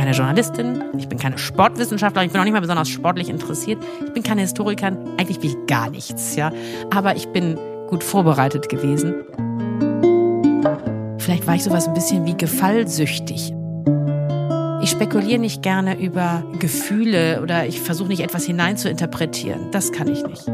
keine Journalistin, ich bin keine Sportwissenschaftlerin, ich bin auch nicht mal besonders sportlich interessiert, ich bin keine Historikerin, eigentlich bin ich gar nichts, ja. Aber ich bin gut vorbereitet gewesen. Vielleicht war ich sowas ein bisschen wie gefallsüchtig. Ich spekuliere nicht gerne über Gefühle oder ich versuche nicht etwas hineinzuinterpretieren. Das kann ich nicht.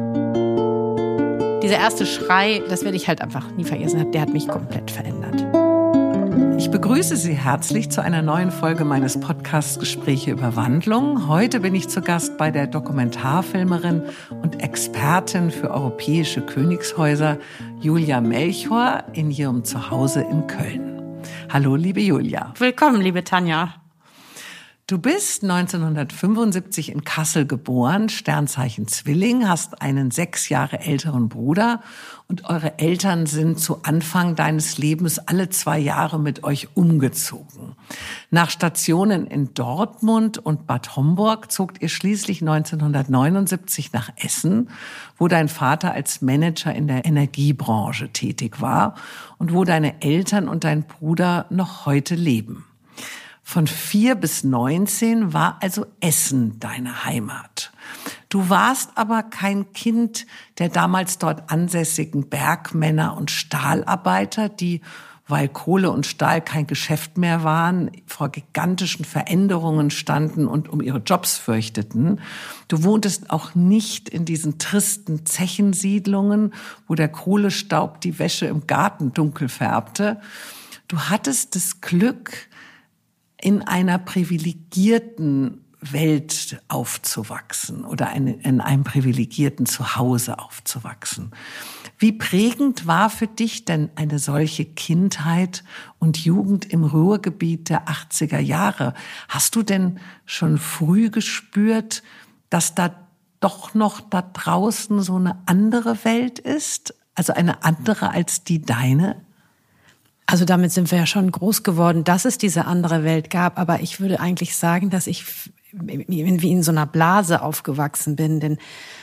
Dieser erste Schrei, das werde ich halt einfach nie vergessen, der hat mich komplett verändert. Ich begrüße Sie herzlich zu einer neuen Folge meines Podcasts Gespräche über Wandlung. Heute bin ich zu Gast bei der Dokumentarfilmerin und Expertin für europäische Königshäuser Julia Melchior in ihrem Zuhause in Köln. Hallo, liebe Julia. Willkommen, liebe Tanja. Du bist 1975 in Kassel geboren, Sternzeichen Zwilling, hast einen 6 Jahre älteren Bruder und eure Eltern sind zu Anfang deines Lebens alle 2 Jahre mit euch umgezogen. Nach Stationen in Dortmund und Bad Homburg zogt ihr schließlich 1979 nach Essen, wo dein Vater als Manager in der Energiebranche tätig war und wo deine Eltern und dein Bruder noch heute leben. Von 4 bis 19 war also Essen deine Heimat. Du warst aber kein Kind der damals dort ansässigen Bergmänner und Stahlarbeiter, die, weil Kohle und Stahl kein Geschäft mehr waren, vor gigantischen Veränderungen standen und um ihre Jobs fürchteten. Du wohntest auch nicht in diesen tristen Zechensiedlungen, wo der Kohlestaub die Wäsche im Garten dunkel färbte. Du hattest das Glück, in einer privilegierten Welt aufzuwachsen oder in einem privilegierten Zuhause aufzuwachsen. Wie prägend war für dich denn eine solche Kindheit und Jugend im Ruhrgebiet der 80er Jahre? Hast du denn schon früh gespürt, dass da doch noch da draußen so eine andere Welt ist? Also eine andere als die deine? Also damit sind wir ja schon groß geworden, dass es diese andere Welt gab. Aber ich würde eigentlich sagen, dass ich wie in so einer Blase aufgewachsen bin. Denn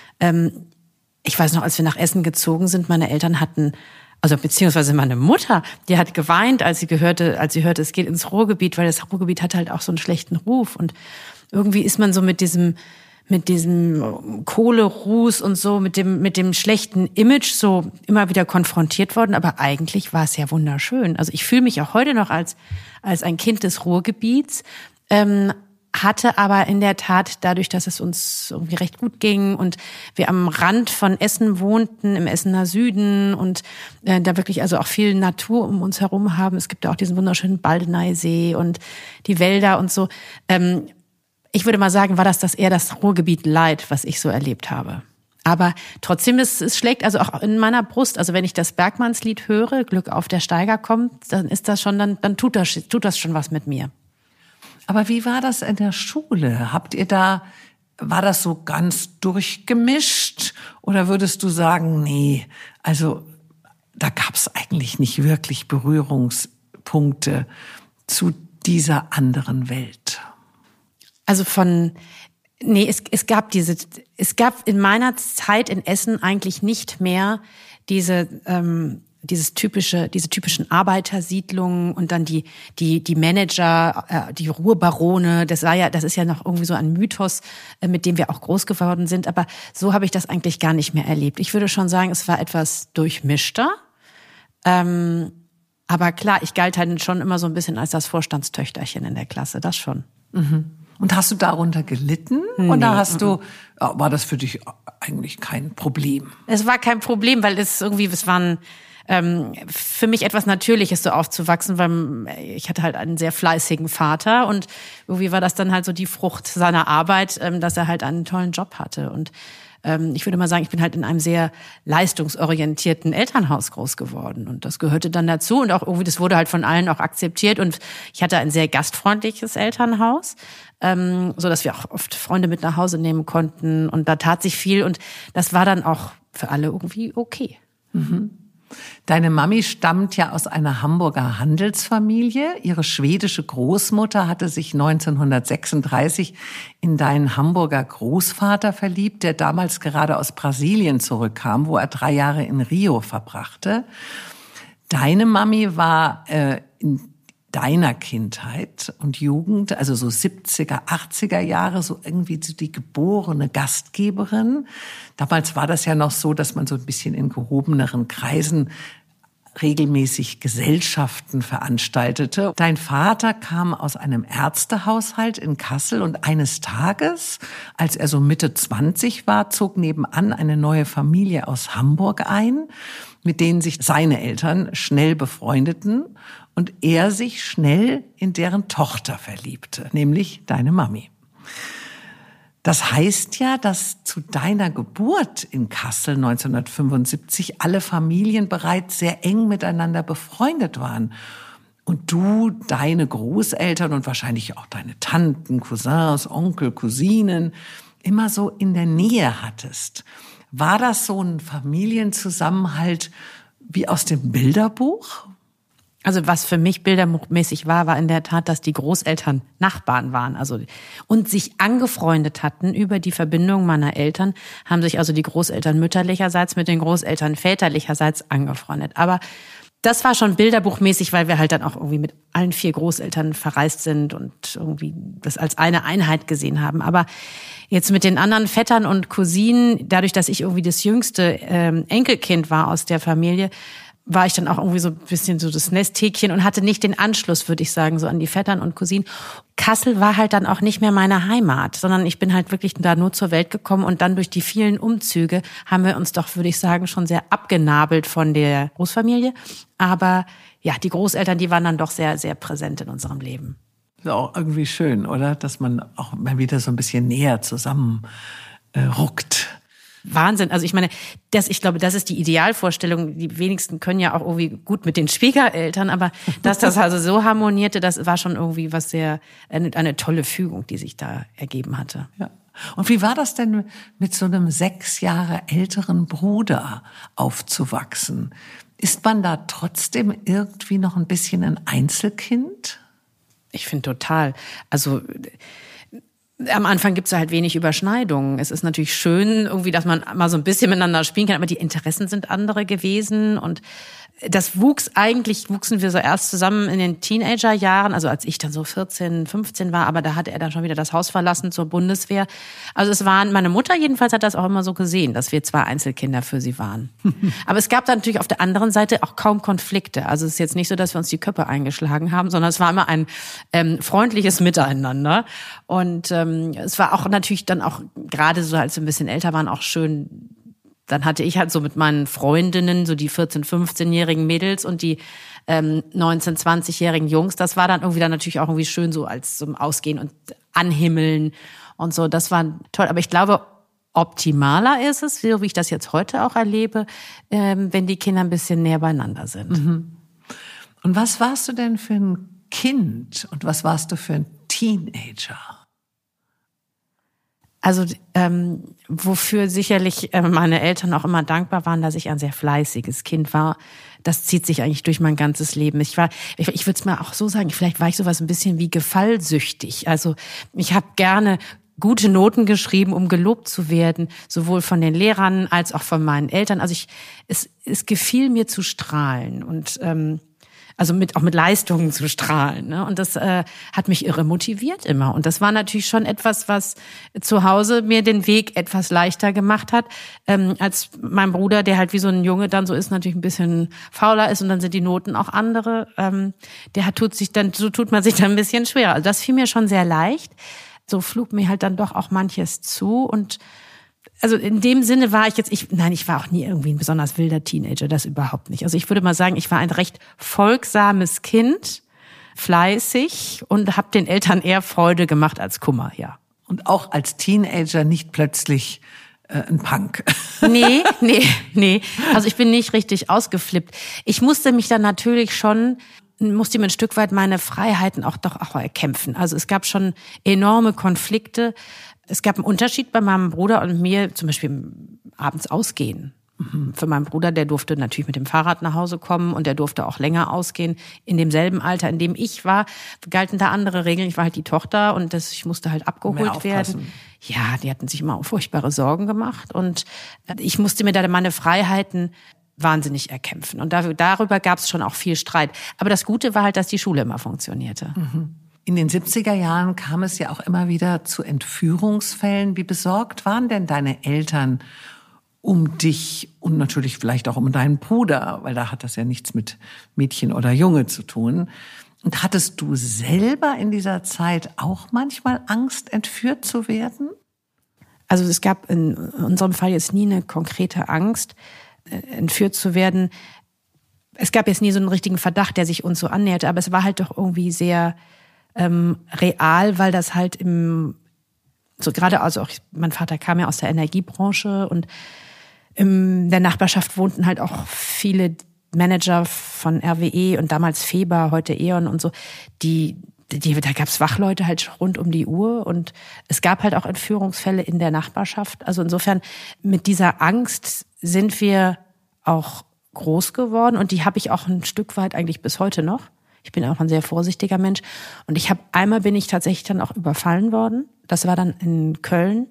ich weiß noch, als wir nach Essen gezogen sind, meine Eltern hatten, also beziehungsweise meine Mutter, die hat geweint, als sie hörte, es geht ins Ruhrgebiet, weil das Ruhrgebiet hat halt auch so einen schlechten Ruf. Und irgendwie ist man so mit diesem Kohleruß und so, mit dem schlechten Image so immer wieder konfrontiert worden. Aber eigentlich war es ja wunderschön. Also ich fühle mich auch heute noch als ein Kind des Ruhrgebiets, hatte aber in der Tat, dadurch, dass es uns irgendwie recht gut ging und wir am Rand von Essen wohnten, im Essener Süden und da wirklich also auch viel Natur um uns herum haben. Es gibt ja auch diesen wunderschönen Baldeneysee und die Wälder und so. Ich würde mal sagen, war das eher das Ruhrgebiet Light, was ich so erlebt habe. Aber trotzdem, es schlägt also auch in meiner Brust. Also wenn ich das Bergmannslied höre, Glück auf der Steiger kommt, dann ist das schon, dann tut das schon was mit mir. Aber wie war das in der Schule? War das so ganz durchgemischt? Oder würdest du sagen, nee, also da gab es eigentlich nicht wirklich Berührungspunkte zu dieser anderen Welt? Also es gab in meiner Zeit in Essen eigentlich nicht mehr diese typischen Arbeitersiedlungen und dann die Manager, die Ruhrbarone. Das ist ja noch irgendwie so ein Mythos, mit dem wir auch groß geworden sind. Aber so habe ich das eigentlich gar nicht mehr erlebt. Ich würde schon sagen, es war etwas durchmischter. Aber klar, ich galt halt schon immer so ein bisschen als das Vorstandstöchterchen in der Klasse. Das schon. Mhm. Und hast du darunter gelitten? Nee. Oder war das für dich eigentlich kein Problem? Es war kein Problem, weil es war für mich etwas Natürliches, so aufzuwachsen, weil ich hatte halt einen sehr fleißigen Vater und irgendwie war das dann halt so die Frucht seiner Arbeit, dass er halt einen tollen Job hatte. Und ich würde mal sagen, ich bin halt in einem sehr leistungsorientierten Elternhaus groß geworden und das gehörte dann dazu und auch irgendwie, das wurde halt von allen auch akzeptiert und ich hatte ein sehr gastfreundliches Elternhaus, so dass wir auch oft Freunde mit nach Hause nehmen konnten und da tat sich viel und das war dann auch für alle irgendwie okay. Mhm. Deine Mami stammt ja aus einer Hamburger Handelsfamilie. Ihre schwedische Großmutter hatte sich 1936 in deinen Hamburger Großvater verliebt, der damals gerade aus Brasilien zurückkam, wo er 3 Jahre in Rio verbrachte. Deine Mami war deiner Kindheit und Jugend, also so 70er, 80er Jahre, so irgendwie so die geborene Gastgeberin. Damals war das ja noch so, dass man so ein bisschen in gehobeneren Kreisen regelmäßig Gesellschaften veranstaltete. Dein Vater kam aus einem Ärztehaushalt in Kassel und eines Tages, als er so Mitte 20 war, zog nebenan eine neue Familie aus Hamburg ein, mit denen sich seine Eltern schnell befreundeten und er sich schnell in deren Tochter verliebte, nämlich deine Mami. Das heißt ja, dass zu deiner Geburt in Kassel 1975 alle Familien bereits sehr eng miteinander befreundet waren. Und du, deine Großeltern und wahrscheinlich auch deine Tanten, Cousins, Onkel, Cousinen immer so in der Nähe hattest. War das so ein Familienzusammenhalt wie aus dem Bilderbuch? Also was für mich bilderbuchmäßig war in der Tat, dass die Großeltern Nachbarn waren, und sich angefreundet hatten über die Verbindung meiner Eltern, haben sich also die Großeltern mütterlicherseits mit den Großeltern väterlicherseits angefreundet. Aber das war schon bilderbuchmäßig, weil wir halt dann auch irgendwie mit allen 4 Großeltern verreist sind und irgendwie das als eine Einheit gesehen haben. Aber jetzt mit den anderen Vettern und Cousinen, dadurch, dass ich irgendwie das jüngste Enkelkind war aus der Familie, war ich dann auch irgendwie so ein bisschen so das Nesthäkchen und hatte nicht den Anschluss, würde ich sagen, so an die Vettern und Cousinen. Kassel war halt dann auch nicht mehr meine Heimat, sondern ich bin halt wirklich da nur zur Welt gekommen und dann durch die vielen Umzüge haben wir uns doch, würde ich sagen, schon sehr abgenabelt von der Großfamilie. Aber ja, die Großeltern, die waren dann doch sehr, sehr präsent in unserem Leben. Ist auch irgendwie schön, oder? Dass man auch mal wieder so ein bisschen näher zusammen ruckt. Wahnsinn. Also ich meine, ich glaube, das ist die Idealvorstellung. Die wenigsten können ja auch irgendwie gut mit den Schwiegereltern, aber dass das also so harmonierte, das war schon irgendwie eine tolle Fügung, die sich da ergeben hatte. Ja. Und wie war das denn, mit so einem 6 Jahre älteren Bruder aufzuwachsen? Ist man da trotzdem irgendwie noch ein bisschen ein Einzelkind? Ich finde total. Also am Anfang gibt's halt wenig Überschneidungen. Es ist natürlich schön, irgendwie, dass man mal so ein bisschen miteinander spielen kann, aber die Interessen sind andere gewesen und das wuchsen wir so erst zusammen in den Teenagerjahren, also als ich dann so 14, 15 war, aber da hatte er dann schon wieder das Haus verlassen zur Bundeswehr. Also meine Mutter jedenfalls hat das auch immer so gesehen, dass wir 2 Einzelkinder für sie waren. Aber es gab dann natürlich auf der anderen Seite auch kaum Konflikte. Also es ist jetzt nicht so, dass wir uns die Köpfe eingeschlagen haben, sondern es war immer ein freundliches Miteinander. Und es war auch natürlich dann auch, gerade so als wir ein bisschen älter waren, auch schön. Dann hatte ich halt so mit meinen Freundinnen so die 14-, 15-jährigen Mädels und die 19-, 20-jährigen Jungs. Das war dann irgendwie dann natürlich auch irgendwie schön so als zum Ausgehen und Anhimmeln und so. Das war toll. Aber ich glaube, optimaler ist es, so wie ich das jetzt heute auch erlebe, wenn die Kinder ein bisschen näher beieinander sind. Mhm. Und was warst du denn für ein Kind und was warst du für ein Teenager? Also wofür sicherlich meine Eltern auch immer dankbar waren, dass ich ein sehr fleißiges Kind war. Das zieht sich eigentlich durch mein ganzes Leben. Ich würde es mal auch so sagen, vielleicht war ich sowas ein bisschen wie gefallsüchtig. Also ich habe gerne gute Noten geschrieben, um gelobt zu werden, sowohl von den Lehrern als auch von meinen Eltern. Also es gefiel mir zu strahlen und auch mit Leistungen zu strahlen, ne? Und das hat mich irre motiviert immer. Und das war natürlich schon etwas, was zu Hause mir den Weg etwas leichter gemacht hat, als mein Bruder, der halt wie so ein Junge dann so ist, natürlich ein bisschen fauler ist und dann sind die Noten auch andere. Tut man sich dann ein bisschen schwerer. Also das fiel mir schon sehr leicht. So flog mir halt dann doch auch manches zu und also in dem Sinne war ich war auch nie irgendwie ein besonders wilder Teenager, das überhaupt nicht. Also ich würde mal sagen, ich war ein recht folgsames Kind, fleißig und habe den Eltern eher Freude gemacht als Kummer, ja. Und auch als Teenager nicht plötzlich ein Punk. Nee. Also ich bin nicht richtig ausgeflippt. Ich musste mich dann natürlich musste mir ein Stück weit meine Freiheiten auch erkämpfen. Also es gab schon enorme Konflikte. Es gab einen Unterschied bei meinem Bruder und mir, zum Beispiel abends ausgehen. Für meinen Bruder, der durfte natürlich mit dem Fahrrad nach Hause kommen und der durfte auch länger ausgehen. In demselben Alter, in dem ich war, galten da andere Regeln. Ich war halt die Tochter und ich musste halt abgeholt werden. Ja, die hatten sich immer furchtbare Sorgen gemacht und ich musste mir da meine Freiheiten wahnsinnig erkämpfen. Und darüber gab es schon auch viel Streit. Aber das Gute war halt, dass die Schule immer funktionierte. In den 70er Jahren kam es ja auch immer wieder zu Entführungsfällen. Wie besorgt waren denn deine Eltern um dich und natürlich vielleicht auch um deinen Bruder? Weil da hat das ja nichts mit Mädchen oder Junge zu tun. Und hattest du selber in dieser Zeit auch manchmal Angst, entführt zu werden? Also es gab in unserem Fall jetzt nie eine konkrete Angst, entführt zu werden. Es gab jetzt nie so einen richtigen Verdacht, der sich uns so annäherte, aber es war halt doch irgendwie sehr real, weil das halt mein Vater kam ja aus der Energiebranche und in der Nachbarschaft wohnten halt auch viele Manager von RWE und damals Feber, heute E.ON und so, da gab's Wachleute halt rund um die Uhr und es gab halt auch Entführungsfälle in der Nachbarschaft. Also insofern mit dieser Angst sind wir auch groß geworden und die habe ich auch ein Stück weit eigentlich bis heute noch. Ich bin auch ein sehr vorsichtiger Mensch und einmal bin ich tatsächlich dann auch überfallen worden. Das war dann in Köln.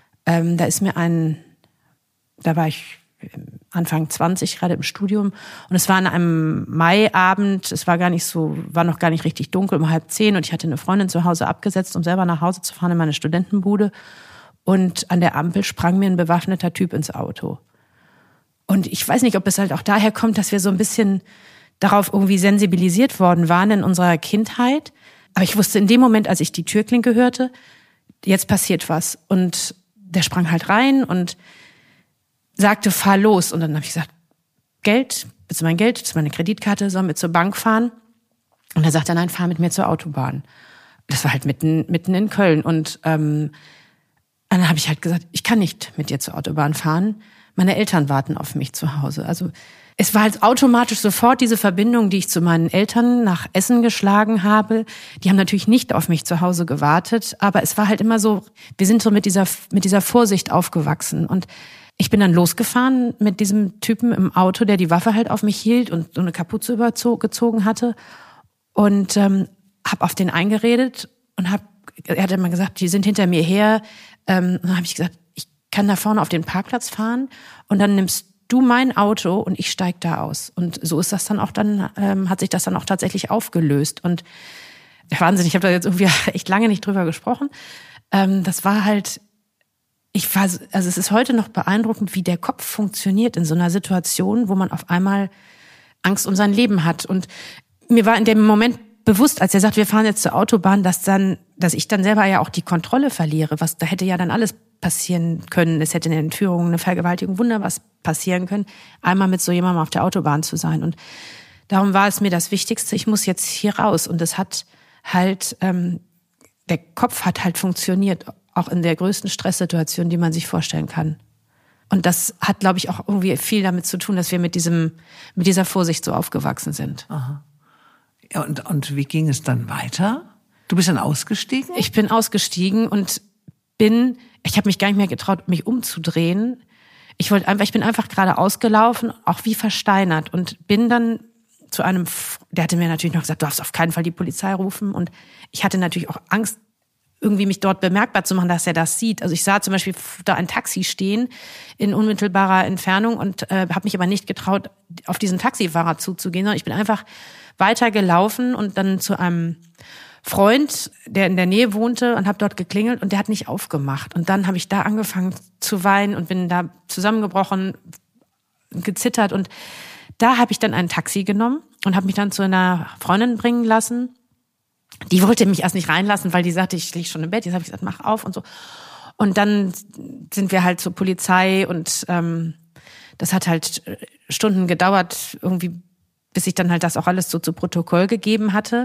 Da war ich Anfang 20, gerade im Studium. Und es war an einem Maiabend, war noch gar nicht richtig dunkel, um 9:30 und ich hatte eine Freundin zu Hause abgesetzt, um selber nach Hause zu fahren in meine Studentenbude. Und an der Ampel sprang mir ein bewaffneter Typ ins Auto. Und ich weiß nicht, ob es halt auch daher kommt, dass wir so ein bisschen darauf irgendwie sensibilisiert worden waren in unserer Kindheit. Aber ich wusste in dem Moment, als ich die Türklinke hörte, jetzt passiert was. Und der sprang halt rein und sagte, fahr los. Und dann habe ich gesagt, Geld, willst du mein Geld, das ist meine Kreditkarte, sollen wir zur Bank fahren? Und dann sagt er, nein, fahr mit mir zur Autobahn. Das war halt mitten in Köln. Und dann habe ich halt gesagt, ich kann nicht mit dir zur Autobahn fahren. Meine Eltern warten auf mich zu Hause. Also es war halt automatisch sofort diese Verbindung, die ich zu meinen Eltern nach Essen geschlagen habe. Die haben natürlich nicht auf mich zu Hause gewartet, aber es war halt immer so, wir sind so mit dieser Vorsicht aufgewachsen. Und ich bin dann losgefahren mit diesem Typen im Auto, der die Waffe halt auf mich hielt und so eine Kapuze gezogen hatte und habe auf den eingeredet und er hat immer gesagt, die sind hinter mir her. Und dann habe ich gesagt, ich kann da vorne auf den Parkplatz fahren und dann nimmst du mein Auto und ich steig da aus. Und so ist das dann auch hat sich das dann auch tatsächlich aufgelöst. Und Wahnsinn, ich habe da jetzt irgendwie echt lange nicht drüber gesprochen. Das war halt, es ist heute noch beeindruckend, wie der Kopf funktioniert in so einer Situation, wo man auf einmal Angst um sein Leben hat. Und mir war in dem Moment bewusst, als er sagt, wir fahren jetzt zur Autobahn, dass ich dann selber ja auch die Kontrolle verliere. Da hätte ja dann alles passieren können. Es hätte eine Entführung, eine Vergewaltigung, was passieren können, einmal mit so jemandem auf der Autobahn zu sein. Und darum war es mir das Wichtigste, ich muss jetzt hier raus. Und es hat halt, der Kopf hat halt funktioniert, auch in der größten Stresssituation, die man sich vorstellen kann. Und das hat, glaube ich, auch irgendwie viel damit zu tun, dass wir mit dieser Vorsicht so aufgewachsen sind. Aha. Ja, und wie ging es dann weiter? Du bist dann ausgestiegen? Ich bin ausgestiegen und ich habe mich gar nicht mehr getraut, mich umzudrehen. Ich bin einfach gerade ausgelaufen, auch wie versteinert und bin dann zu der hatte mir natürlich noch gesagt, du darfst auf keinen Fall die Polizei rufen und ich hatte natürlich auch Angst, irgendwie mich dort bemerkbar zu machen, dass er das sieht. Also ich sah zum Beispiel da ein Taxi stehen in unmittelbarer Entfernung und habe mich aber nicht getraut, auf diesen Taxifahrer zuzugehen, sondern ich bin einfach weitergelaufen und dann zu einem Freund, der in der Nähe wohnte und habe dort geklingelt und der hat nicht aufgemacht. Und dann habe ich da angefangen zu weinen und bin da zusammengebrochen, gezittert und da habe ich dann ein Taxi genommen und habe mich dann zu einer Freundin bringen lassen. Die wollte mich erst nicht reinlassen, weil die sagte, ich liege schon im Bett. Jetzt habe ich gesagt, mach auf und so. Und dann sind wir halt zur Polizei und das hat halt Stunden gedauert, irgendwie, bis ich dann halt das auch alles so zu Protokoll gegeben hatte.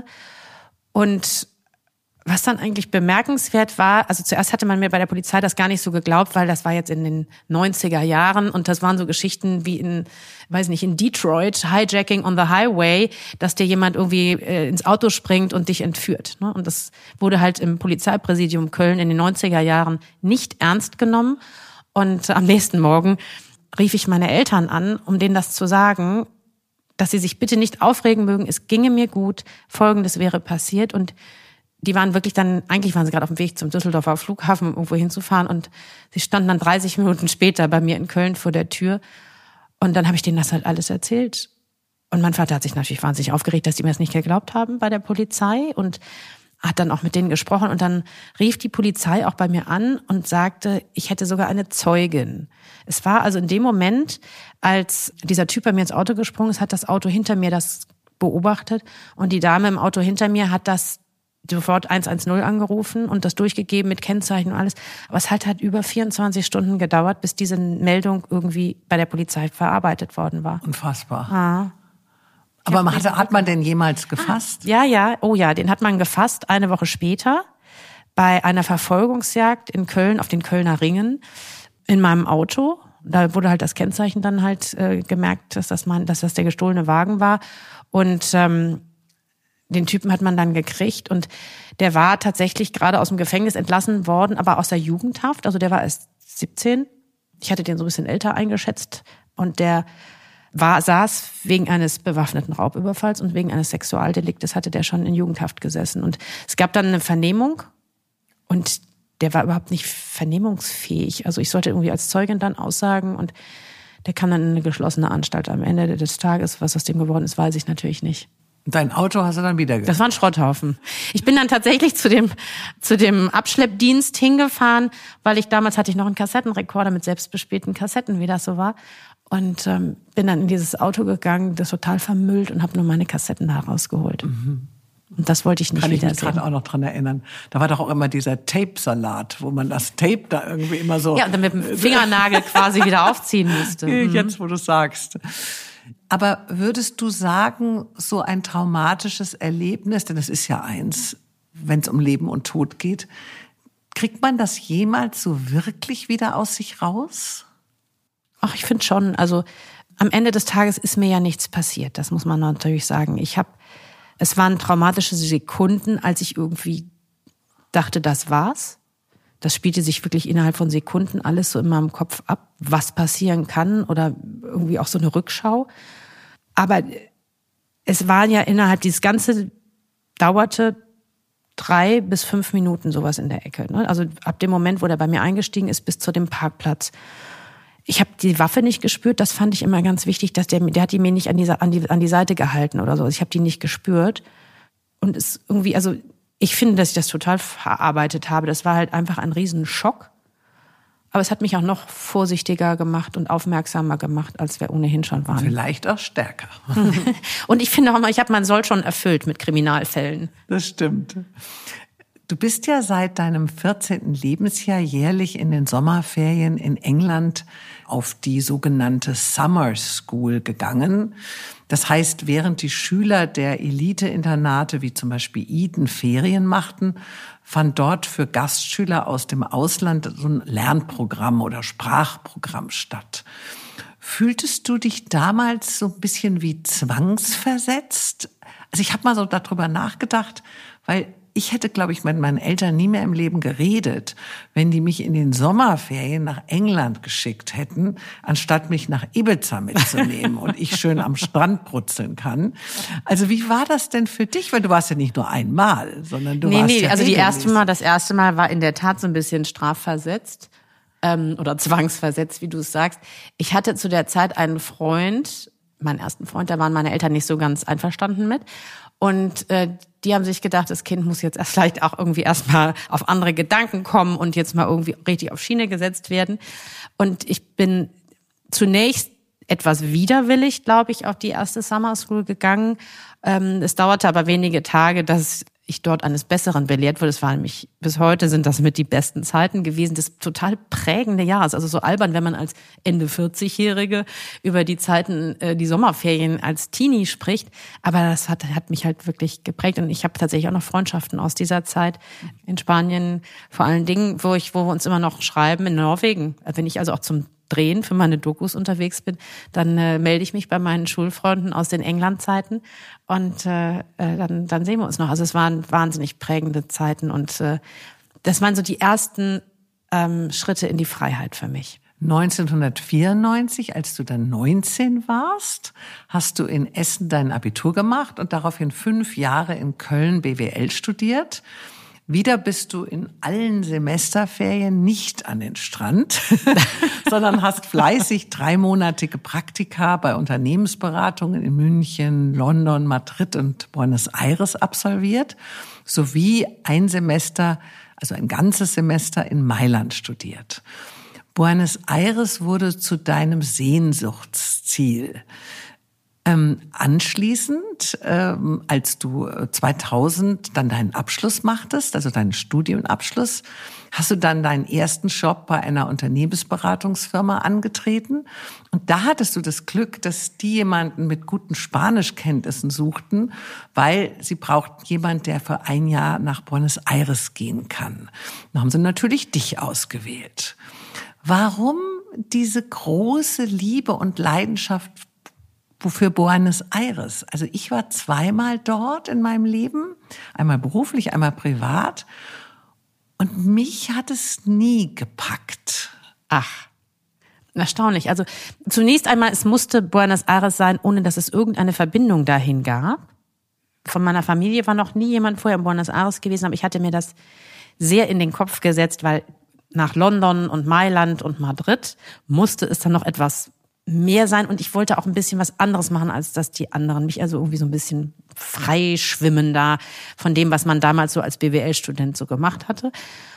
Und was dann eigentlich bemerkenswert war, also zuerst hatte man mir bei der Polizei das gar nicht so geglaubt, weil das war jetzt in den 90er Jahren und das waren so Geschichten wie in Detroit, Hijacking on the Highway, dass dir jemand irgendwie ins Auto springt und dich entführt. Und das wurde halt im Polizeipräsidium Köln in den 90er Jahren nicht ernst genommen. Und am nächsten Morgen rief ich meine Eltern an, um denen das zu sagen, dass sie sich bitte nicht aufregen mögen, es ginge mir gut, Folgendes wäre passiert. Und die waren eigentlich waren sie gerade auf dem Weg zum Düsseldorfer Flughafen, irgendwo hinzufahren und sie standen dann 30 Minuten später bei mir in Köln vor der Tür Und dann habe ich denen das halt alles erzählt. Und mein Vater hat sich natürlich wahnsinnig aufgeregt, dass die mir das nicht geglaubt haben bei der Polizei und hat dann auch mit denen gesprochen. Und dann rief die Polizei auch bei mir an und sagte, ich hätte sogar eine Zeugin. Es war also in dem Moment, als dieser Typ bei mir ins Auto gesprungen ist, hat das Auto hinter mir das beobachtet. Und die Dame im Auto hinter mir hat das sofort 110 angerufen und das durchgegeben mit Kennzeichen und alles. Aber es hat halt über 24 Stunden gedauert, bis diese Meldung irgendwie bei der Polizei verarbeitet worden war. Unfassbar. Ah. Aber hat man den jemals gefasst? Ja. Oh ja, den hat man gefasst eine Woche später bei einer Verfolgungsjagd in Köln auf den Kölner Ringen in meinem Auto. Da wurde halt das Kennzeichen dann halt gemerkt, dass das der gestohlene Wagen war. Und den Typen hat man dann gekriegt und der war tatsächlich gerade aus dem Gefängnis entlassen worden, aber aus der Jugendhaft. Also der war erst 17. Ich hatte den so ein bisschen älter eingeschätzt und der saß wegen eines bewaffneten Raubüberfalls und wegen eines Sexualdeliktes hatte der schon in Jugendhaft gesessen. Und es gab dann eine Vernehmung und der war überhaupt nicht vernehmungsfähig. Also ich sollte irgendwie als Zeugin dann aussagen und der kam dann in eine geschlossene Anstalt. Am Ende des Tages, was aus dem geworden ist, weiß ich natürlich nicht. Dein Auto hast du dann wieder gekriegt? Das war ein Schrotthaufen. Ich bin dann tatsächlich zu dem Abschleppdienst hingefahren, weil damals hatte ich noch einen Kassettenrekorder mit selbstbespielten Kassetten, wie das so war. Und bin dann in dieses Auto gegangen, das total vermüllt und habe nur meine Kassetten da rausgeholt. Mhm. Und das wollte ich nicht wiedersehen. Kann ich mich gerade auch noch dran erinnern. Da war doch auch immer dieser Tape-Salat, wo man das Tape da irgendwie immer so... Ja, und dann mit dem Fingernagel quasi wieder aufziehen musste. Jetzt, wo du sagst. Aber würdest du sagen, so ein traumatisches Erlebnis, denn es ist ja eins, wenn es um Leben und Tod geht, kriegt man das jemals so wirklich wieder aus sich raus? Ach, ich finde schon. Also am Ende des Tages ist mir ja nichts passiert. Das muss man natürlich sagen. Es waren traumatische Sekunden, als ich irgendwie dachte, das war's. Das spielte sich wirklich innerhalb von Sekunden alles so in meinem Kopf ab, was passieren kann oder irgendwie auch so eine Rückschau. Aber es waren ja dieses Ganze dauerte 3 bis 5 Minuten sowas in der Ecke. Ne? Also ab dem Moment, wo der bei mir eingestiegen ist, bis zu dem Parkplatz. Ich habe die Waffe nicht gespürt, das fand ich immer ganz wichtig, dass der hat die mir nicht an die Seite gehalten oder so. Also ich habe die nicht gespürt. Und es irgendwie, also ich finde, dass ich das total verarbeitet habe. Das war halt einfach ein Riesenschock. Aber es hat mich auch noch vorsichtiger gemacht und aufmerksamer gemacht, als wir ohnehin schon waren. Vielleicht auch stärker. Und ich finde auch mal, ich habe meinen Soll schon erfüllt mit Kriminalfällen. Das stimmt. Du bist ja seit deinem 14. Lebensjahr jährlich in den Sommerferien in England auf die sogenannte Summer School gegangen. Das heißt, während die Schüler der Elite-Internate wie zum Beispiel Eton Ferien machten, fand dort für Gastschüler aus dem Ausland so ein Lernprogramm oder Sprachprogramm statt. Fühltest du dich damals so ein bisschen wie zwangsversetzt? Also ich habe mal so darüber nachgedacht, weil ich hätte, glaube ich, mit meinen Eltern nie mehr im Leben geredet, wenn die mich in den Sommerferien nach England geschickt hätten, anstatt mich nach Ibiza mitzunehmen und ich schön am Strand brutzeln kann. Also wie war das denn für dich? Weil du warst ja nicht nur einmal, sondern du warst ja also regelmäßig. das erste Mal war in der Tat so ein bisschen strafversetzt oder zwangsversetzt, wie du es sagst. Ich hatte zu der Zeit einen Freund, meinen ersten Freund, da waren meine Eltern nicht so ganz einverstanden mit. Und die haben sich gedacht, das Kind muss jetzt vielleicht auch irgendwie erstmal auf andere Gedanken kommen und jetzt mal irgendwie richtig auf Schiene gesetzt werden. Und ich bin zunächst etwas widerwillig, glaube ich, auf die erste Summer School gegangen. Es dauerte aber wenige Tage, dass ich dort eines Besseren belehrt wurde. Es war nämlich, bis heute sind das mit die besten Zeiten gewesen, das total prägende Jahr. Also so albern, wenn man als Ende 40-Jährige über die Zeiten, die Sommerferien als Teenie spricht. Aber das hat mich halt wirklich geprägt. Und ich habe tatsächlich auch noch Freundschaften aus dieser Zeit in Spanien, vor allen Dingen, wo wir uns immer noch schreiben, in Norwegen. Wenn ich also auch zum Drehen für meine Dokus unterwegs bin, dann melde ich mich bei meinen Schulfreunden aus den England-Zeiten und dann sehen wir uns noch. Also es waren wahnsinnig prägende Zeiten und das waren so die ersten Schritte in die Freiheit für mich. 1994, als du dann 19 warst, hast du in Essen dein Abitur gemacht und daraufhin 5 Jahre in Köln BWL studiert. Wieder bist du in allen Semesterferien nicht an den Strand, sondern hast fleißig 3-monatige Praktika bei Unternehmensberatungen in München, London, Madrid und Buenos Aires absolviert, sowie ein Semester, also ein ganzes Semester in Mailand studiert. Buenos Aires wurde zu deinem Sehnsuchtsziel. Anschließend, als du 2000 dann deinen Abschluss machtest, also deinen Studienabschluss, hast du dann deinen ersten Job bei einer Unternehmensberatungsfirma angetreten. Und da hattest du das Glück, dass die jemanden mit guten Spanischkenntnissen suchten, weil sie brauchten jemanden, der für ein Jahr nach Buenos Aires gehen kann. Da haben sie natürlich dich ausgewählt. Warum diese große Liebe und Leidenschaft für Buenos Aires? Also ich war 2-mal dort in meinem Leben, einmal beruflich, einmal privat. Und mich hat es nie gepackt. Ach, erstaunlich. Also zunächst einmal, es musste Buenos Aires sein, ohne dass es irgendeine Verbindung dahin gab. Von meiner Familie war noch nie jemand vorher in Buenos Aires gewesen, aber ich hatte mir das sehr in den Kopf gesetzt, weil nach London und Mailand und Madrid musste es dann noch etwas mehr sein und ich wollte auch ein bisschen was anderes machen, als dass die anderen mich also irgendwie so ein bisschen frei schwimmen da von dem, was man damals so als BWL-Student so gemacht hatte.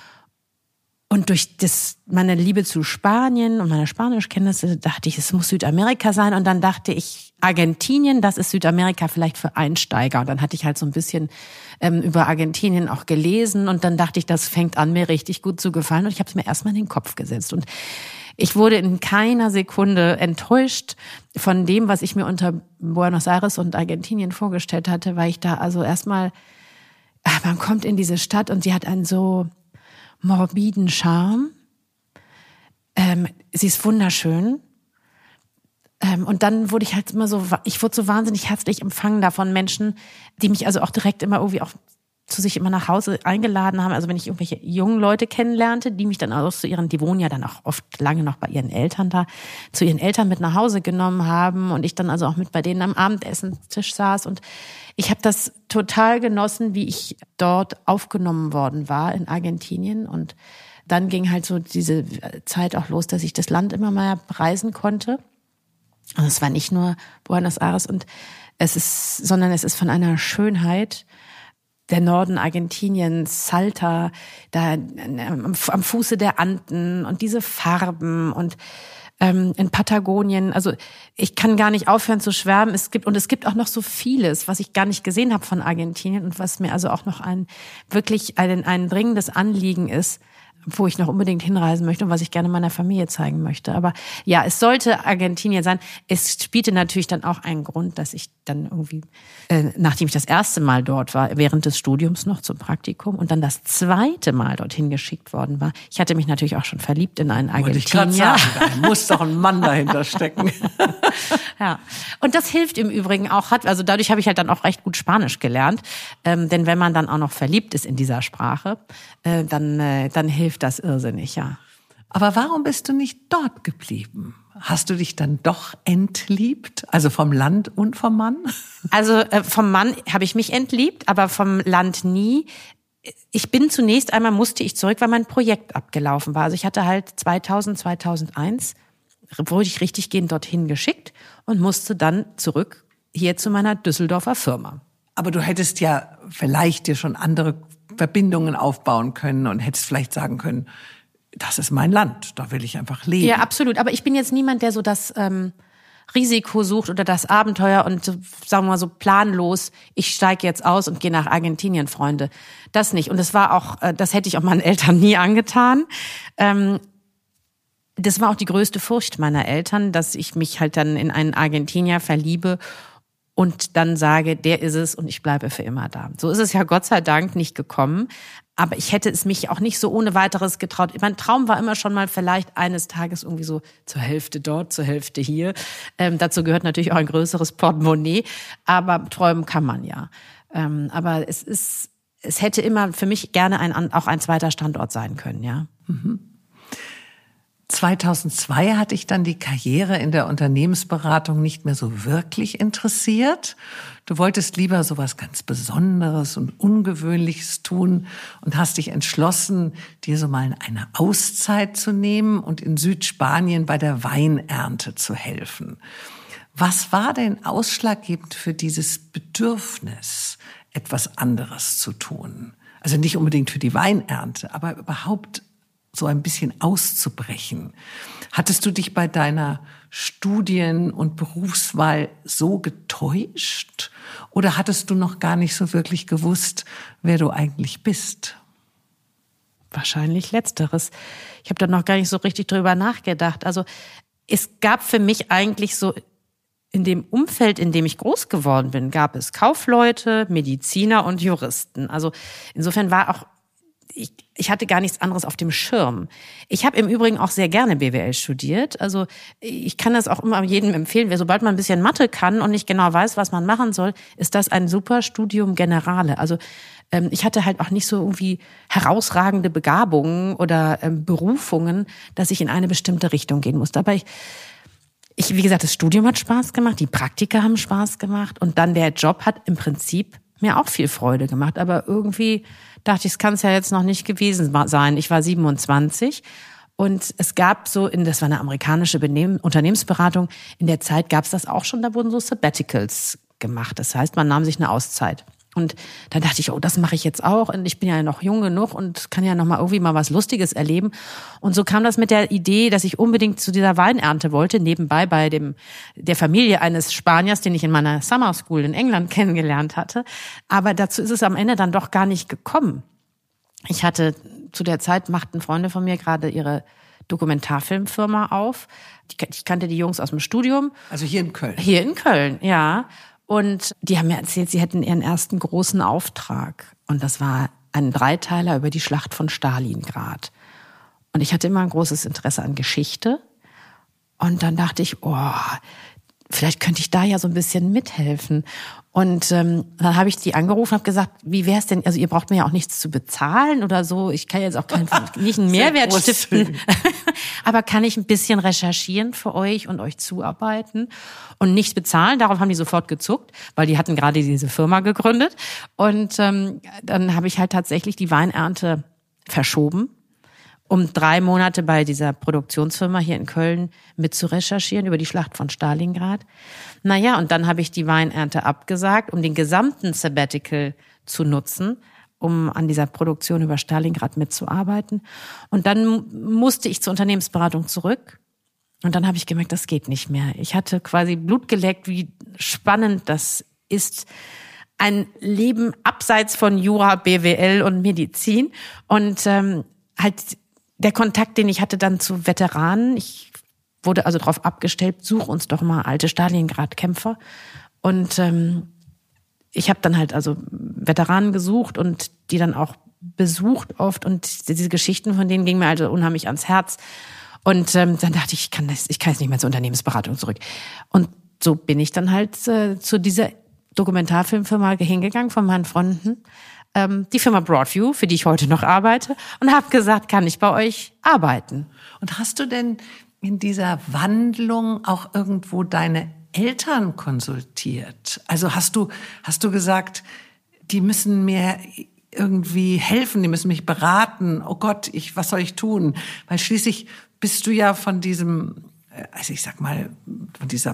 Und durch meine Liebe zu Spanien und meine Spanischkenntnisse dachte ich, es muss Südamerika sein. Und dann dachte ich, Argentinien, das ist Südamerika vielleicht für Einsteiger. Und dann hatte ich halt so ein bisschen über Argentinien auch gelesen. Und dann dachte ich, das fängt an, mir richtig gut zu gefallen. Und ich habe es mir erstmal in den Kopf gesetzt. Und ich wurde in keiner Sekunde enttäuscht von dem, was ich mir unter Buenos Aires und Argentinien vorgestellt hatte, weil ich da also erstmal, man kommt in diese Stadt und sie hat einen so morbiden Charme. Sie ist wunderschön. Und dann wurde ich halt immer ich wurde so wahnsinnig herzlich empfangen da von Menschen, die mich also auch direkt immer irgendwie auch zu sich immer nach Hause eingeladen haben. Also wenn ich irgendwelche jungen Leute kennenlernte, die mich dann auch die wohnen ja dann auch oft lange noch bei ihren Eltern da, zu ihren Eltern mit nach Hause genommen haben und ich dann also auch mit bei denen am Abendessenstisch saß. Und ich habe das total genossen, wie ich dort aufgenommen worden war in Argentinien. Und dann ging halt so diese Zeit auch los, dass ich das Land immer mal reisen konnte. Und es war nicht nur Buenos Aires sondern es ist von einer Schönheit. Der Norden Argentiniens, Salta, da am Fuße der Anden und diese Farben und in Patagonien. Also ich kann gar nicht aufhören zu schwärmen. Es gibt auch noch so vieles, was ich gar nicht gesehen habe von Argentinien und was mir also auch noch ein dringendes Anliegen ist, wo ich noch unbedingt hinreisen möchte und was ich gerne meiner Familie zeigen möchte. Aber ja, es sollte Argentinien sein. Es spielte natürlich dann auch einen Grund, dass ich dann irgendwie, nachdem ich das erste Mal dort war, während des Studiums noch zum Praktikum und dann das zweite Mal dorthin geschickt worden war. Ich hatte mich natürlich auch schon verliebt in einen Argentinier. Da muss doch ein Mann dahinter stecken. Ja, und das hilft im Übrigen auch, also dadurch habe ich halt dann auch recht gut Spanisch gelernt, denn wenn man dann auch noch verliebt ist in dieser Sprache, dann hilft das irrsinnig, ja. Aber warum bist du nicht dort geblieben? Hast du dich dann doch entliebt? Also vom Land und vom Mann? Also vom Mann habe ich mich entliebt, aber vom Land nie. Musste ich zurück, weil mein Projekt abgelaufen war. Also ich hatte halt 2001 wurde ich richtig gehend dorthin geschickt und musste dann zurück hier zu meiner Düsseldorfer Firma. Aber du hättest ja vielleicht dir schon andere Verbindungen aufbauen können und hättest vielleicht sagen können, das ist mein Land, da will ich einfach leben. Ja, absolut. Aber ich bin jetzt niemand, der so das Risiko sucht oder das Abenteuer und so, sagen wir mal so planlos, ich steige jetzt aus und gehe nach Argentinien, Freunde. Das nicht. Und das war auch, das hätte ich auch meinen Eltern nie angetan. Das war auch die größte Furcht meiner Eltern, dass ich mich halt dann in einen Argentinier verliebe und dann sage, der ist es und ich bleibe für immer da. So ist es ja Gott sei Dank nicht gekommen. Aber ich hätte es mich auch nicht so ohne weiteres getraut. Mein Traum war immer schon mal vielleicht eines Tages irgendwie so zur Hälfte dort, zur Hälfte hier. Dazu gehört natürlich auch ein größeres Portemonnaie. Aber träumen kann man ja. Aber es hätte immer für mich gerne auch ein zweiter Standort sein können, ja. Mhm. 2002 hat dich dann die Karriere in der Unternehmensberatung nicht mehr so wirklich interessiert. Du wolltest lieber sowas ganz Besonderes und Ungewöhnliches tun und hast dich entschlossen, dir so mal eine Auszeit zu nehmen und in Südspanien bei der Weinernte zu helfen. Was war denn ausschlaggebend für dieses Bedürfnis, etwas anderes zu tun? Also nicht unbedingt für die Weinernte, aber überhaupt so ein bisschen auszubrechen. Hattest du dich bei deiner Studien- und Berufswahl so getäuscht? Oder hattest du noch gar nicht so wirklich gewusst, wer du eigentlich bist? Wahrscheinlich Letzteres. Ich habe da noch gar nicht so richtig drüber nachgedacht. Also es gab für mich eigentlich so in dem Umfeld, in dem ich groß geworden bin, gab es Kaufleute, Mediziner und Juristen. Also insofern war auch ich hatte gar nichts anderes auf dem Schirm. Ich habe im Übrigen auch sehr gerne BWL studiert. Also ich kann das auch immer jedem empfehlen. Sobald man ein bisschen Mathe kann und nicht genau weiß, was man machen soll, ist das ein super Studium Generale. Also ich hatte halt auch nicht so irgendwie herausragende Begabungen oder Berufungen, dass ich in eine bestimmte Richtung gehen musste. Aber wie gesagt, das Studium hat Spaß gemacht, die Praktika haben Spaß gemacht und dann der Job hat im Prinzip mir auch viel Freude gemacht. Aber irgendwie dachte ich, es kann es ja jetzt noch nicht gewesen sein. Ich war 27 und es gab das war eine amerikanische Unternehmensberatung, in der Zeit gab es das auch schon, da wurden so Sabbaticals gemacht. Das heißt, man nahm sich eine Auszeit. Und dann dachte ich, das mache ich jetzt auch. Und ich bin ja noch jung genug und kann ja noch mal irgendwie mal was Lustiges erleben. Und so kam das mit der Idee, dass ich unbedingt zu dieser Weinernte wollte, nebenbei bei der Familie eines Spaniers, den ich in meiner Summer School in England kennengelernt hatte. Aber dazu ist es am Ende dann doch gar nicht gekommen. Ich hatte zu der Zeit, machten Freunde von mir gerade ihre Dokumentarfilmfirma auf. Ich kannte die Jungs aus dem Studium. Also hier in Köln? Hier in Köln, ja. Und die haben mir erzählt, sie hätten ihren ersten großen Auftrag. Und das war ein Dreiteiler über die Schlacht von Stalingrad. Und ich hatte immer ein großes Interesse an Geschichte. Und dann dachte ich, vielleicht könnte ich da ja so ein bisschen mithelfen. Und dann habe ich die angerufen und habe gesagt, wie wäre es denn, also ihr braucht mir ja auch nichts zu bezahlen oder so. Ich kann jetzt auch nicht einen Mehrwert stiften. Aber kann ich ein bisschen recherchieren für euch und euch zuarbeiten und nichts bezahlen? Darauf haben die sofort gezuckt, weil die hatten gerade diese Firma gegründet. Und dann habe ich halt tatsächlich die Weinernte verschoben, um 3 Monate bei dieser Produktionsfirma hier in Köln mit zu recherchieren über die Schlacht von Stalingrad. Naja, und dann habe ich die Weinernte abgesagt, um den gesamten Sabbatical zu nutzen, um an dieser Produktion über Stalingrad mitzuarbeiten. Und dann musste ich zur Unternehmensberatung zurück. Und dann habe ich gemerkt, das geht nicht mehr. Ich hatte quasi Blut geleckt, wie spannend das ist. Ein Leben abseits von Jura, BWL und Medizin. Und halt der Kontakt, den ich hatte dann zu Veteranen. Ich wurde also darauf abgestellt, such uns doch mal alte Stalingrad-Kämpfer. Und ich habe dann halt also Veteranen gesucht und die dann auch besucht oft. Und diese Geschichten von denen gingen mir also unheimlich ans Herz. Und dann dachte ich, ich kann jetzt nicht mehr zur Unternehmensberatung zurück. Und so bin ich dann halt zu dieser Dokumentarfilmfirma hingegangen von meinen Freunden. Die Firma Broadview, für die ich heute noch arbeite, und habe gesagt, kann ich bei euch arbeiten. Und hast du denn in dieser Wandlung auch irgendwo deine Eltern konsultiert? Also hast du gesagt, die müssen mir irgendwie helfen, die müssen mich beraten. Oh Gott, was soll ich tun? Weil schließlich bist du ja von diesem, also ich sag mal, von dieser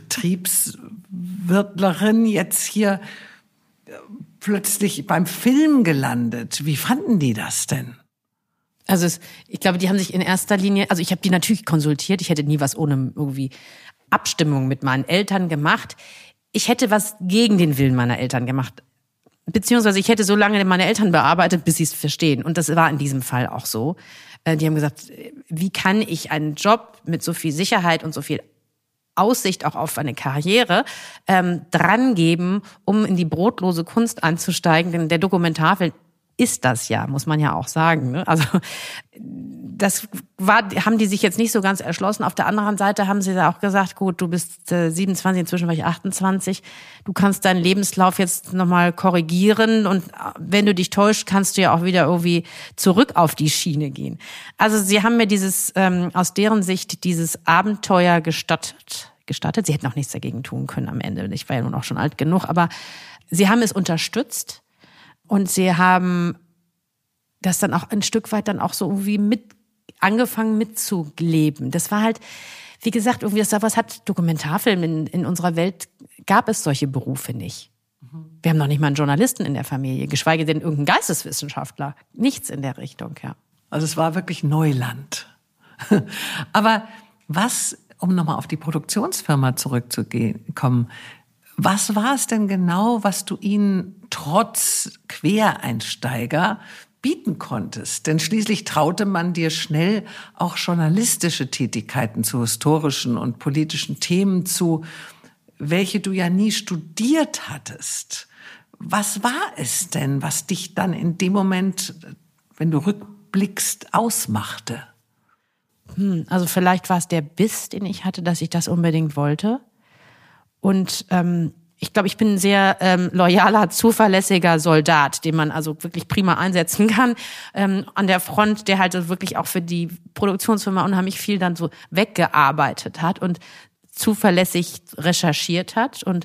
Betriebswirtlerin jetzt hier plötzlich beim Film gelandet. Wie fanden die das denn? Also ich glaube, die haben sich in erster Linie, also ich habe die natürlich konsultiert, ich hätte nie was ohne irgendwie Abstimmung mit meinen Eltern gemacht. Ich hätte was gegen den Willen meiner Eltern gemacht. Beziehungsweise ich hätte so lange meine Eltern bearbeitet, bis sie es verstehen. Und das war in diesem Fall auch so. Die haben gesagt, wie kann ich einen Job mit so viel Sicherheit und so viel Aussicht auch auf eine Karriere drangeben, um in die brotlose Kunst einzusteigen. Denn der Dokumentarfilm ist das ja, muss man ja auch sagen. Ne? Also haben die sich jetzt nicht so ganz erschlossen. Auf der anderen Seite haben sie da auch gesagt, gut, du bist 27, inzwischen war ich 28, du kannst deinen Lebenslauf jetzt nochmal korrigieren und wenn du dich täuschst, kannst du ja auch wieder irgendwie zurück auf die Schiene gehen. Also sie haben mir aus deren Sicht dieses Abenteuer gestattet. Sie hätten auch nichts dagegen tun können am Ende. Ich war ja nun auch schon alt genug, aber sie haben es unterstützt und sie haben das dann auch ein Stück weit dann auch so irgendwie angefangen mitzuleben. Das war halt, wie gesagt, irgendwie was hat Dokumentarfilm in unserer Welt, gab es solche Berufe nicht. Wir haben noch nicht mal einen Journalisten in der Familie, geschweige denn irgendeinen Geisteswissenschaftler. Nichts in der Richtung, ja. Also es war wirklich Neuland. Aber um nochmal auf die Produktionsfirma zurückzukommen, was war es denn genau, was du ihnen trotz Quereinsteiger bieten konntest? Denn schließlich traute man dir schnell auch journalistische Tätigkeiten zu historischen und politischen Themen zu, welche du ja nie studiert hattest. Was war es denn, was dich dann in dem Moment, wenn du rückblickst, ausmachte? Also vielleicht war es der Biss, den ich hatte, dass ich das unbedingt wollte. Und ich glaube, ich bin ein sehr loyaler, zuverlässiger Soldat, den man also wirklich prima einsetzen kann an der Front, der halt wirklich auch für die Produktionsfirma unheimlich viel dann so weggearbeitet hat und zuverlässig recherchiert hat. Und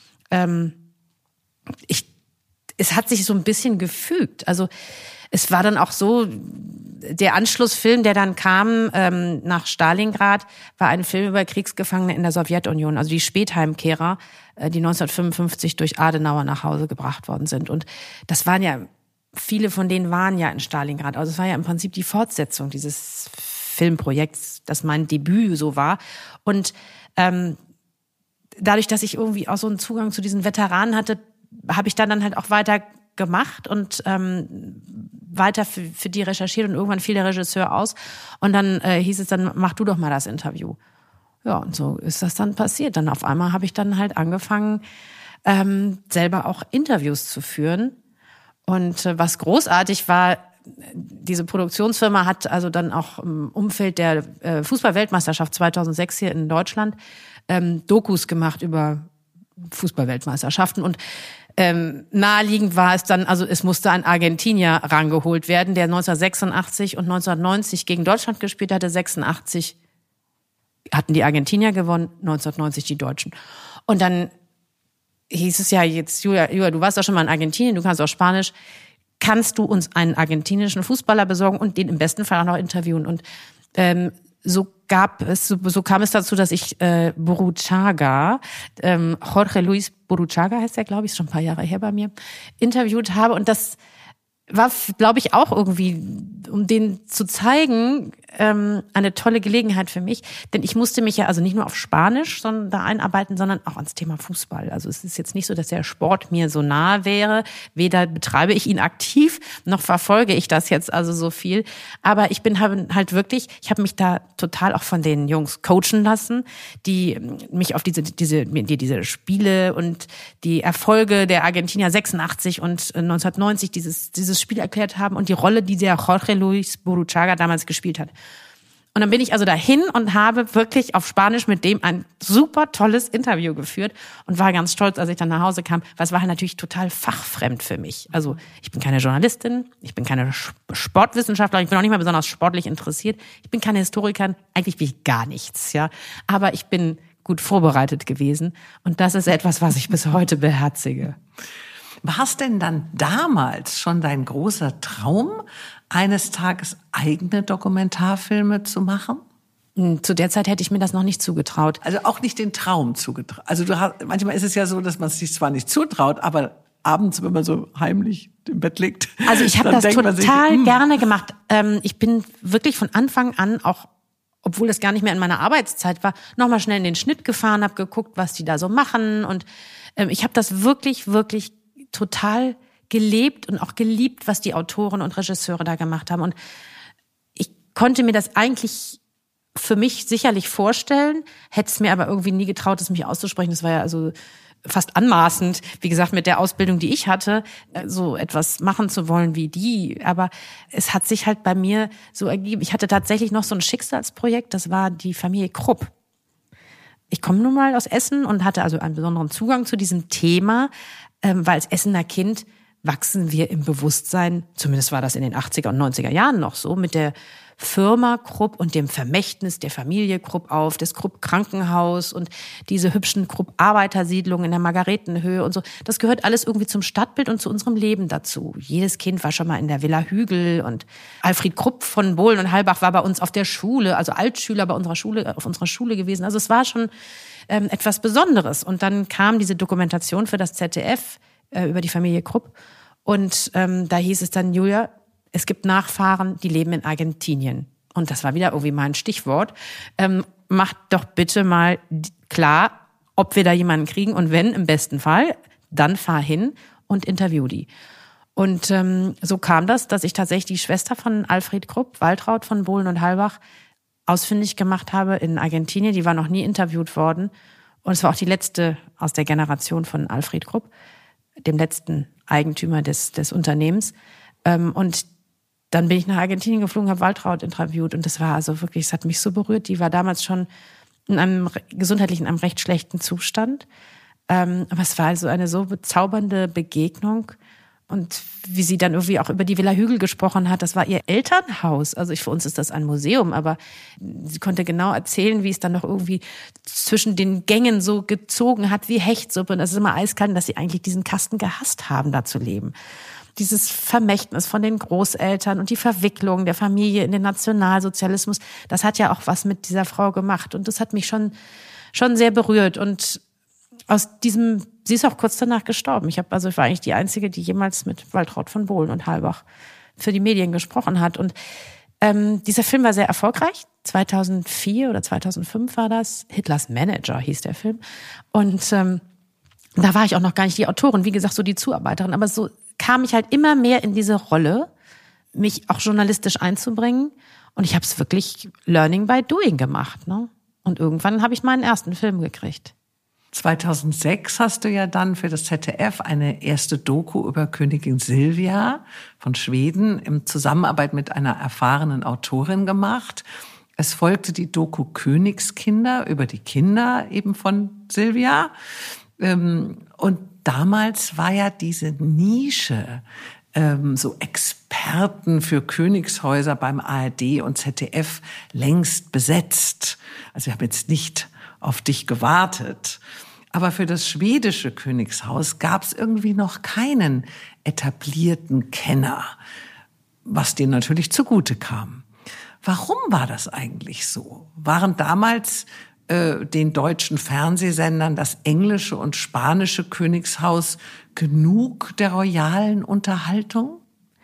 es hat sich so ein bisschen gefügt. Also es war dann auch so, der Anschlussfilm, der dann kam nach Stalingrad, war ein Film über Kriegsgefangene in der Sowjetunion, also die Spätheimkehrer, die 1955 durch Adenauer nach Hause gebracht worden sind. Und das waren ja, viele von denen waren ja in Stalingrad. Also es war ja im Prinzip die Fortsetzung dieses Filmprojekts, das mein Debüt so war. Und dadurch, dass ich irgendwie auch so einen Zugang zu diesen Veteranen hatte, habe ich dann halt auch weiter gemacht und weiter für die recherchiert und irgendwann fiel der Regisseur aus und dann hieß es dann, mach du doch mal das Interview. Ja, und so ist das dann passiert. Dann auf einmal habe ich dann halt angefangen, selber auch Interviews zu führen. Und was großartig war, diese Produktionsfirma hat also dann auch im Umfeld der Fußball-Weltmeisterschaft 2006 hier in Deutschland Dokus gemacht über Fußball-Weltmeisterschaften und naheliegend war es dann, also es musste ein Argentinier rangeholt werden, der 1986 und 1990 gegen Deutschland gespielt hatte. 86 hatten die Argentinier gewonnen, 1990 die Deutschen. Und dann hieß es ja jetzt, Julia, du warst doch schon mal in Argentinien, du kannst auch Spanisch. Kannst du uns einen argentinischen Fußballer besorgen und den im besten Fall auch noch interviewen? Und so kam es dazu, dass ich Burruchaga, Jorge Luis Burruchaga heißt er, glaube ich, ist schon ein paar Jahre her bei mir, interviewt habe. Und das war, glaube ich, auch irgendwie, um denen zu zeigen, eine tolle Gelegenheit für mich. Denn ich musste mich ja also nicht nur auf Spanisch da einarbeiten, sondern auch ans Thema Fußball. Also es ist jetzt nicht so, dass der Sport mir so nahe wäre. Weder betreibe ich ihn aktiv, noch verfolge ich das jetzt also so viel. Aber ich habe mich da total auch von den Jungs coachen lassen, die mich auf diese Spiele und die Erfolge der Argentinier 86 und 1990 dieses Spiel erklärt haben und die Rolle, die der Jorge Luis Burruchaga damals gespielt hat. Und dann bin ich also dahin und habe wirklich auf Spanisch mit dem ein super tolles Interview geführt und war ganz stolz, als ich dann nach Hause kam, weil es war halt natürlich total fachfremd für mich. Also ich bin keine Journalistin, ich bin keine Sportwissenschaftlerin, ich bin auch nicht mal besonders sportlich interessiert, ich bin keine Historikerin, eigentlich bin ich gar nichts, ja. Aber ich bin gut vorbereitet gewesen und das ist etwas, was ich bis heute beherzige. War es denn dann damals schon dein großer Traum, eines Tages eigene Dokumentarfilme zu machen? Zu der Zeit hätte ich mir das noch nicht zugetraut. Also auch nicht den Traum zugetraut. Also manchmal ist es ja so, dass man es sich zwar nicht zutraut, aber abends, wenn man so heimlich im Bett liegt. Also ich habe das total gerne gemacht. Ich bin wirklich von Anfang an auch, obwohl das gar nicht mehr in meiner Arbeitszeit war, nochmal schnell in den Schnitt gefahren, habe geguckt, was die da so machen. Und ich habe das wirklich, wirklich total gelebt und auch geliebt, was die Autoren und Regisseure da gemacht haben. Und ich konnte mir das eigentlich für mich sicherlich vorstellen, hätte es mir aber irgendwie nie getraut, es mich auszusprechen. Das war ja also fast anmaßend, wie gesagt, mit der Ausbildung, die ich hatte, so etwas machen zu wollen wie die. Aber es hat sich halt bei mir so ergeben. Ich hatte tatsächlich noch so ein Schicksalsprojekt, das war die Familie Krupp. Ich komme nun mal aus Essen und hatte also einen besonderen Zugang zu diesem Thema, weil als Essener Kind wachsen wir im Bewusstsein, zumindest war das in den 80er und 90er Jahren noch so, mit der Firma Krupp und dem Vermächtnis der Familie Krupp auf, das Krupp Krankenhaus und diese hübschen Krupp Arbeitersiedlungen in der Margaretenhöhe und so. Das gehört alles irgendwie zum Stadtbild und zu unserem Leben dazu. Jedes Kind war schon mal in der Villa Hügel und Alfred Krupp von Bohlen und Halbach war bei uns auf der Schule, also Altschüler bei unserer Schule, auf unserer Schule gewesen. Also es war schon etwas Besonderes. Und dann kam diese Dokumentation für das ZDF über die Familie Krupp und da hieß es dann, Julia, es gibt Nachfahren, die leben in Argentinien. Und das war wieder irgendwie mal ein Stichwort. Macht doch bitte mal klar, ob wir da jemanden kriegen. Und wenn, im besten Fall, dann fahr hin und interview die. Und so kam das, dass ich tatsächlich die Schwester von Alfred Krupp, Waltraud von Bohlen und Halbach, ausfindig gemacht habe in Argentinien. Die war noch nie interviewt worden. Und es war auch die letzte aus der Generation von Alfred Krupp, dem letzten Eigentümer des Unternehmens. Und dann bin ich nach Argentinien geflogen, habe Waltraud interviewt und das war also wirklich, es hat mich so berührt. Die war damals schon in einem gesundheitlichen, einem recht schlechten Zustand. Aber es war also eine so bezaubernde Begegnung. Und wie sie dann irgendwie auch über die Villa Hügel gesprochen hat, das war ihr Elternhaus. Also für uns ist das ein Museum, aber sie konnte genau erzählen, wie es dann noch irgendwie zwischen den Gängen so gezogen hat wie Hechtsuppe. Und das ist immer eiskalt, und dass sie eigentlich diesen Kasten gehasst haben, da zu leben. Dieses Vermächtnis von den Großeltern und die Verwicklung der Familie in den Nationalsozialismus, das hat ja auch was mit dieser Frau gemacht. Und das hat mich schon sehr berührt. Und sie ist auch kurz danach gestorben. Ich war eigentlich die Einzige, die jemals mit Waltraud von Bohlen und Halbach für die Medien gesprochen hat. Und dieser Film war sehr erfolgreich. 2004 oder 2005 war das. Hitlers Manager hieß der Film. Und da war ich auch noch gar nicht die Autorin, wie gesagt, so die Zuarbeiterin. Aber so kam ich halt immer mehr in diese Rolle, mich auch journalistisch einzubringen. Und ich habe es wirklich Learning by Doing gemacht, ne? Und irgendwann habe ich meinen ersten Film gekriegt. 2006 hast du ja dann für das ZDF eine erste Doku über Königin Silvia von Schweden in Zusammenarbeit mit einer erfahrenen Autorin gemacht. Es folgte die Doku Königskinder über die Kinder eben von Silvia. Und damals war ja diese Nische, so Experten für Königshäuser beim ARD und ZDF längst besetzt. Also wir haben jetzt nicht auf dich gewartet. Aber für das schwedische Königshaus gab es irgendwie noch keinen etablierten Kenner, was dir natürlich zugute kam. Warum war das eigentlich so? Waren damals den deutschen Fernsehsendern das englische und spanische Königshaus genug der royalen Unterhaltung?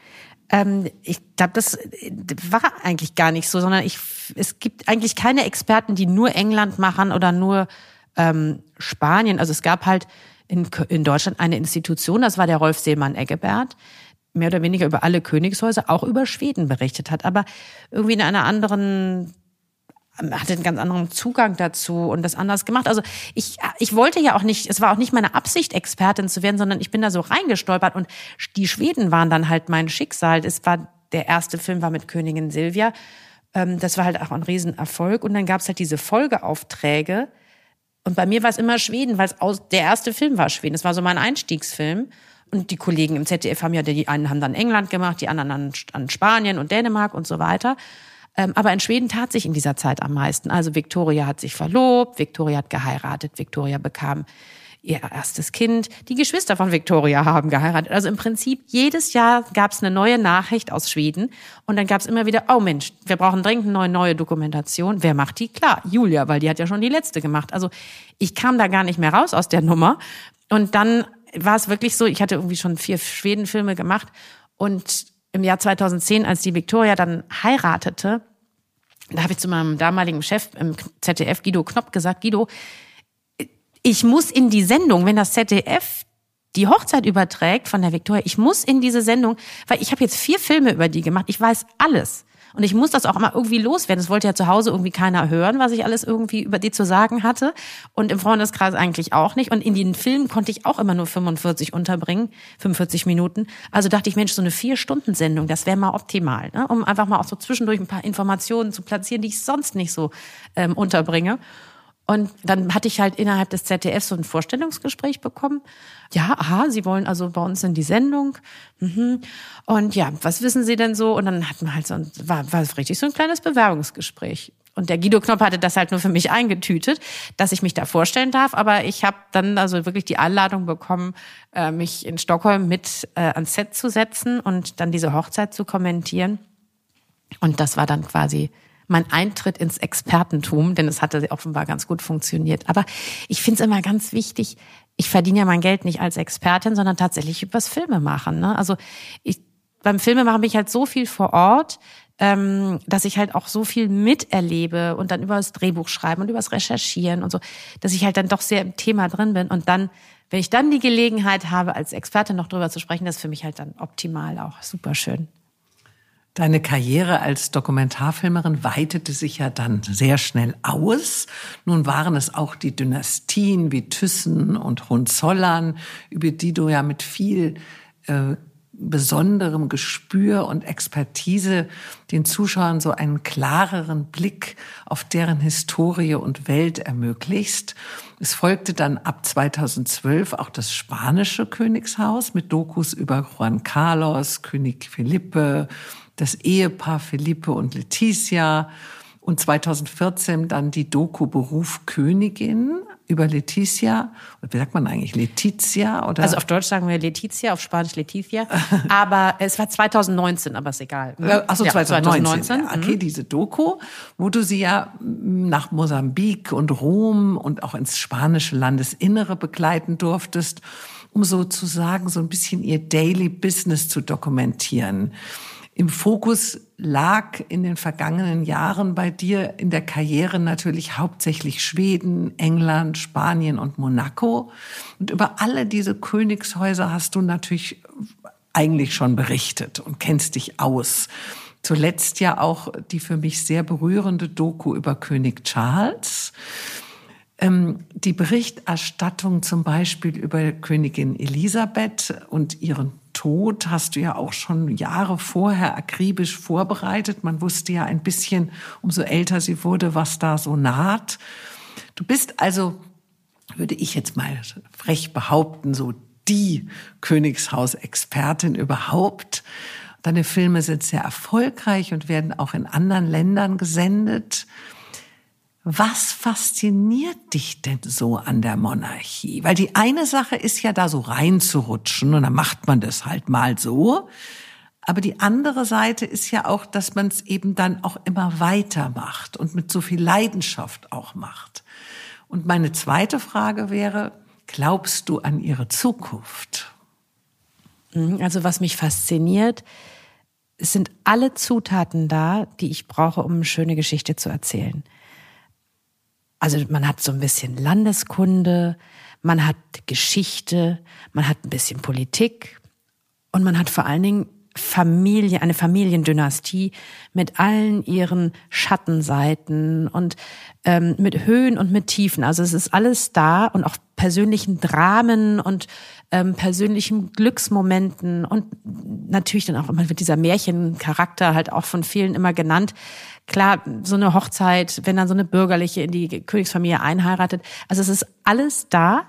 Ich glaube, das war eigentlich gar nicht so, sondern es gibt eigentlich keine Experten, die nur England machen oder nur Spanien. Also es gab halt in Deutschland eine Institution, das war der Rolf Seelmann-Eggebert, mehr oder weniger über alle Königshäuser, auch über Schweden berichtet hat, aber irgendwie in einer anderen, hatte einen ganz anderen Zugang dazu und das anders gemacht. Also ich wollte ja auch nicht, es war auch nicht meine Absicht, Expertin zu werden, sondern ich bin da so reingestolpert und die Schweden waren dann halt mein Schicksal. Der erste Film war mit Königin Silvia. Das war halt auch ein Riesenerfolg und dann gab es halt diese Folgeaufträge und bei mir war es immer Schweden, weil der erste Film war Schweden. Das war so mein Einstiegsfilm. Und die Kollegen im ZDF haben ja, die einen haben dann England gemacht, die anderen an Spanien und Dänemark und so weiter. Aber in Schweden tat sich in dieser Zeit am meisten. Also Victoria hat sich verlobt, Victoria hat geheiratet, Victoria bekam ihr erstes Kind. Die Geschwister von Victoria haben geheiratet. Also im Prinzip jedes Jahr gab es eine neue Nachricht aus Schweden. Und dann gab es immer wieder, oh Mensch, wir brauchen dringend eine neue Dokumentation. Wer macht die? Klar, Julia, weil die hat ja schon die letzte gemacht. Also ich kam da gar nicht mehr raus aus der Nummer. Und dann war es wirklich so, ich hatte irgendwie schon 4 Schwedenfilme gemacht. Und im Jahr 2010, als die Victoria dann heiratete, da habe ich zu meinem damaligen Chef im ZDF, Guido Knopp, gesagt, Guido, ich muss in die Sendung, wenn das ZDF die Hochzeit überträgt von der Victoria, ich muss in diese Sendung, weil ich habe jetzt 4 Filme über die gemacht, ich weiß alles. Und ich muss das auch immer irgendwie loswerden. Das wollte ja zu Hause irgendwie keiner hören, was ich alles irgendwie über die zu sagen hatte. Und im Freundeskreis eigentlich auch nicht. Und in den Filmen konnte ich auch immer nur 45 unterbringen, 45 Minuten. Also dachte ich, Mensch, so eine 4-Stunden-Sendung, das wäre mal optimal, ne? Um einfach mal auch so zwischendurch ein paar Informationen zu platzieren, die ich sonst nicht so unterbringe. Und dann hatte ich halt innerhalb des ZDF so ein Vorstellungsgespräch bekommen. Ja, aha, Sie wollen also bei uns in die Sendung. Mhm. Und ja, was wissen Sie denn so? Und dann hatten wir halt war richtig so ein kleines Bewerbungsgespräch. Und der Guido Knopp hatte das halt nur für mich eingetütet, dass ich mich da vorstellen darf. Aber ich habe dann also wirklich die Einladung bekommen, mich in Stockholm mit ans Set zu setzen und dann diese Hochzeit zu kommentieren. Und das war dann quasi mein Eintritt ins Expertentum, denn es hatte offenbar ganz gut funktioniert. Aber ich finde es immer ganz wichtig, ich verdiene ja mein Geld nicht als Expertin, sondern tatsächlich übers Filmemachen, ne? Also beim Filmemachen bin ich halt so viel vor Ort, dass ich halt auch so viel miterlebe und dann über das Drehbuch schreiben und über das Recherchieren und so, dass ich halt dann doch sehr im Thema drin bin. Und dann, wenn ich dann die Gelegenheit habe, als Expertin noch drüber zu sprechen, das ist für mich halt dann optimal auch super schön. Deine Karriere als Dokumentarfilmerin weitete sich ja dann sehr schnell aus. Nun waren es auch die Dynastien wie Thyssen und Hohenzollern, über die du ja mit viel besonderem Gespür und Expertise den Zuschauern so einen klareren Blick auf deren Historie und Welt ermöglichst. Es folgte dann ab 2012 auch das spanische Königshaus mit Dokus über Juan Carlos, König Felipe, das Ehepaar Felipe und Letizia und 2014 dann die Doku Beruf Königin über Letizia. Wie sagt man eigentlich? Letizia? Oder? Also auf Deutsch sagen wir Letizia, auf Spanisch Letizia. Aber es war 2019, aber ist egal. Achso, ja, 2019. 2019. Ja, okay, diese Doku, wo du sie ja nach Mosambik und Rom und auch ins spanische Landesinnere begleiten durftest, um sozusagen so ein bisschen ihr Daily Business zu dokumentieren. Im Fokus lag in den vergangenen Jahren bei dir in der Karriere natürlich hauptsächlich Schweden, England, Spanien und Monaco. Und über alle diese Königshäuser hast du natürlich eigentlich schon berichtet und kennst dich aus. Zuletzt ja auch die für mich sehr berührende Doku über König Charles. Die Berichterstattung zum Beispiel über Königin Elisabeth und ihren Tod hast du ja auch schon Jahre vorher akribisch vorbereitet. Man wusste ja ein bisschen, umso älter sie wurde, was da so naht. Du bist also, würde ich jetzt mal frech behaupten, so die Königshausexpertin überhaupt. Deine Filme sind sehr erfolgreich und werden auch in anderen Ländern gesendet. Was fasziniert dich denn so an der Monarchie? Weil die eine Sache ist ja, da so reinzurutschen und dann macht man das halt mal so. Aber die andere Seite ist ja auch, dass man es eben dann auch immer weitermacht und mit so viel Leidenschaft auch macht. Und meine zweite Frage wäre, glaubst du an ihre Zukunft? Also was mich fasziniert, es sind alle Zutaten da, die ich brauche, um eine schöne Geschichte zu erzählen. Also man hat so ein bisschen Landeskunde, man hat Geschichte, man hat ein bisschen Politik und man hat vor allen Dingen eine Familiendynastie mit allen ihren Schattenseiten und mit Höhen und mit Tiefen. Also es ist alles da und auch persönlichen Dramen und persönlichen Glücksmomenten und natürlich dann auch immer mit dieser Märchencharakter halt auch von vielen immer genannt. Klar, so eine Hochzeit, wenn dann so eine Bürgerliche in die Königsfamilie einheiratet. Also es ist alles da,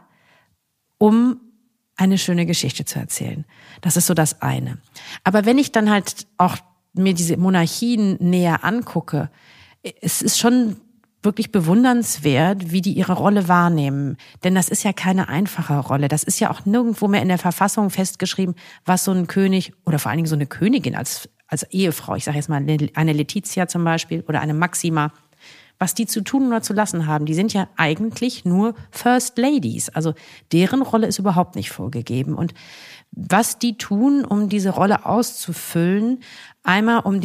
um eine schöne Geschichte zu erzählen. Das ist so das eine. Aber wenn ich dann halt auch mir diese Monarchien näher angucke, es ist schon wirklich bewundernswert, wie die ihre Rolle wahrnehmen. Denn das ist ja keine einfache Rolle. Das ist ja auch nirgendwo mehr in der Verfassung festgeschrieben, was so ein König oder vor allen Dingen so eine Königin als Ehefrau, ich sage jetzt mal eine Letizia zum Beispiel oder eine Maxima, was die zu tun oder zu lassen haben. Die sind ja eigentlich nur First Ladies. Also deren Rolle ist überhaupt nicht vorgegeben. Und was die tun, um diese Rolle auszufüllen, einmal um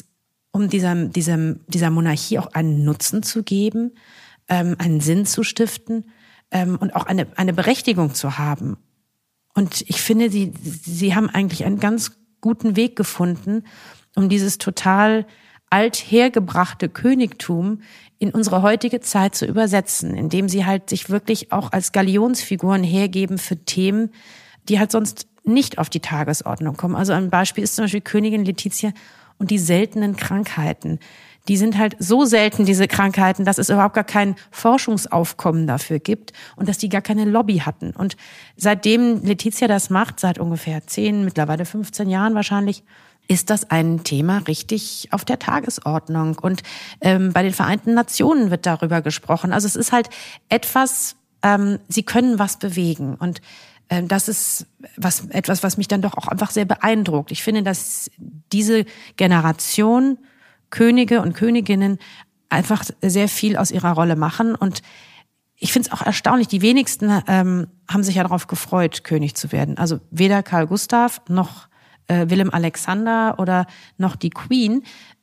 dieser Monarchie auch einen Nutzen zu geben, einen Sinn zu stiften und auch eine Berechtigung zu haben. Und ich finde, sie haben eigentlich einen ganz guten Weg gefunden, um dieses total althergebrachte Königtum in unsere heutige Zeit zu übersetzen, indem sie halt sich wirklich auch als Galionsfiguren hergeben für Themen, die halt sonst nicht auf die Tagesordnung kommen. Also ein Beispiel ist zum Beispiel Königin Letizia und die seltenen Krankheiten. Die sind halt so selten, diese Krankheiten, dass es überhaupt gar kein Forschungsaufkommen dafür gibt und dass die gar keine Lobby hatten. Und seitdem Letizia das macht, seit ungefähr 10, mittlerweile 15 Jahren wahrscheinlich, ist das ein Thema richtig auf der Tagesordnung. Und bei den Vereinten Nationen wird darüber gesprochen. Also es ist halt etwas, sie können was bewegen. Und das ist etwas, was mich dann doch auch einfach sehr beeindruckt. Ich finde, dass diese Generation Könige und Königinnen einfach sehr viel aus ihrer Rolle machen. Und ich finde es auch erstaunlich, die wenigsten haben sich ja darauf gefreut, König zu werden. Also weder Karl Gustav noch Willem Alexander oder noch die Queen.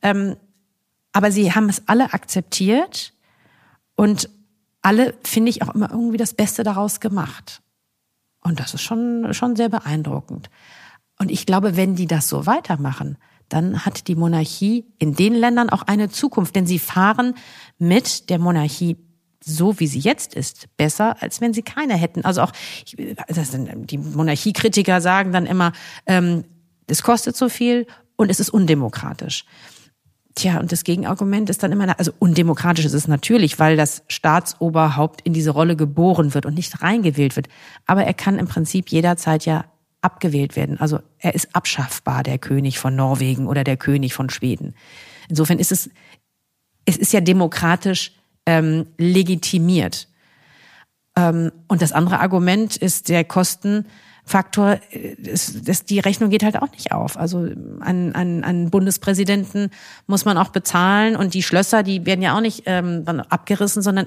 Aber sie haben es alle akzeptiert und alle, finde ich, auch immer irgendwie das Beste daraus gemacht. Und das ist schon sehr beeindruckend. Und ich glaube, wenn die das so weitermachen, dann hat die Monarchie in den Ländern auch eine Zukunft. Denn sie fahren mit der Monarchie, so wie sie jetzt ist, besser, als wenn sie keine hätten. Also auch die Monarchiekritiker sagen dann immer, es kostet so viel und es ist undemokratisch. Tja, und das Gegenargument ist dann immer, also undemokratisch ist es natürlich, weil das Staatsoberhaupt in diese Rolle geboren wird und nicht reingewählt wird. Aber er kann im Prinzip jederzeit ja abgewählt werden. Also er ist abschaffbar, der König von Norwegen oder der König von Schweden. Insofern ist es ist ja demokratisch legitimiert. Und das andere Argument ist der Kostenfaktor, die Rechnung geht halt auch nicht auf. Also einen Bundespräsidenten muss man auch bezahlen und die Schlösser, die werden ja auch nicht dann abgerissen, sondern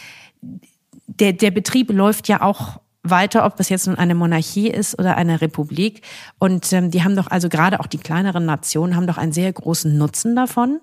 der Betrieb läuft ja auch weiter, ob das jetzt nun eine Monarchie ist oder eine Republik. Und die haben doch, also gerade auch die kleineren Nationen haben doch einen sehr großen Nutzen davon.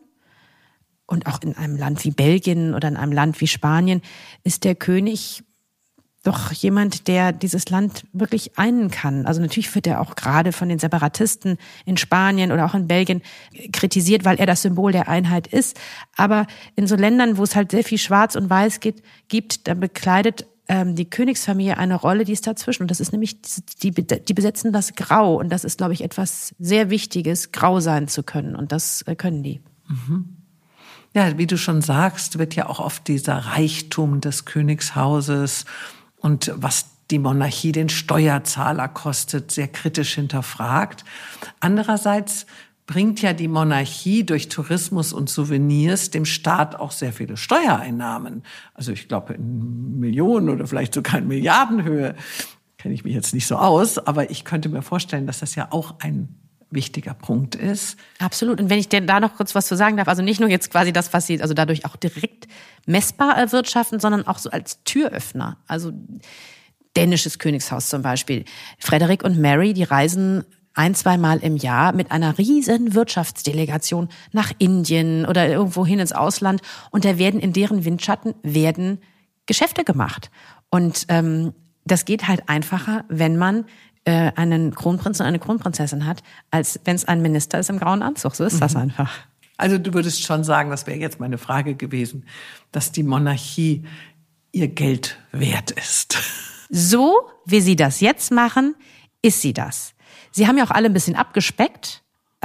Und auch in einem Land wie Belgien oder in einem Land wie Spanien ist der König doch jemand, der dieses Land wirklich einen kann. Also natürlich wird er auch gerade von den Separatisten in Spanien oder auch in Belgien kritisiert, weil er das Symbol der Einheit ist. Aber in so Ländern, wo es halt sehr viel Schwarz und Weiß gibt, da bekleidet die Königsfamilie eine Rolle, die ist dazwischen. Und das ist nämlich, die besetzen das Grau. Und das ist, glaube ich, etwas sehr Wichtiges, grau sein zu können. Und das können die. Mhm. Ja, wie du schon sagst, wird ja auch oft dieser Reichtum des Königshauses und was die Monarchie den Steuerzahler kostet, sehr kritisch hinterfragt. Andererseits bringt ja die Monarchie durch Tourismus und Souvenirs dem Staat auch sehr viele Steuereinnahmen. Also ich glaube in Millionen oder vielleicht sogar in Milliardenhöhe. Kenne ich mich jetzt nicht so aus, aber ich könnte mir vorstellen, dass das ja auch ein wichtiger Punkt ist. Absolut. Und wenn ich denn da noch kurz was zu sagen darf, also nicht nur jetzt quasi das, was sie also dadurch auch direkt messbar erwirtschaften, sondern auch so als Türöffner. Also dänisches Königshaus zum Beispiel. Frederik und Mary, die reisen 1-2 Mal im Jahr mit einer riesen Wirtschaftsdelegation nach Indien oder irgendwo hin ins Ausland. Und da werden in deren Windschatten Geschäfte gemacht. Und das geht halt einfacher, wenn man einen Kronprinzen und eine Kronprinzessin hat, als wenn es ein Minister ist im grauen Anzug. So ist das einfach. Also du würdest schon sagen, das wäre jetzt meine Frage gewesen, dass die Monarchie ihr Geld wert ist. So, wie sie das jetzt machen, ist sie das. Sie haben ja auch alle ein bisschen abgespeckt,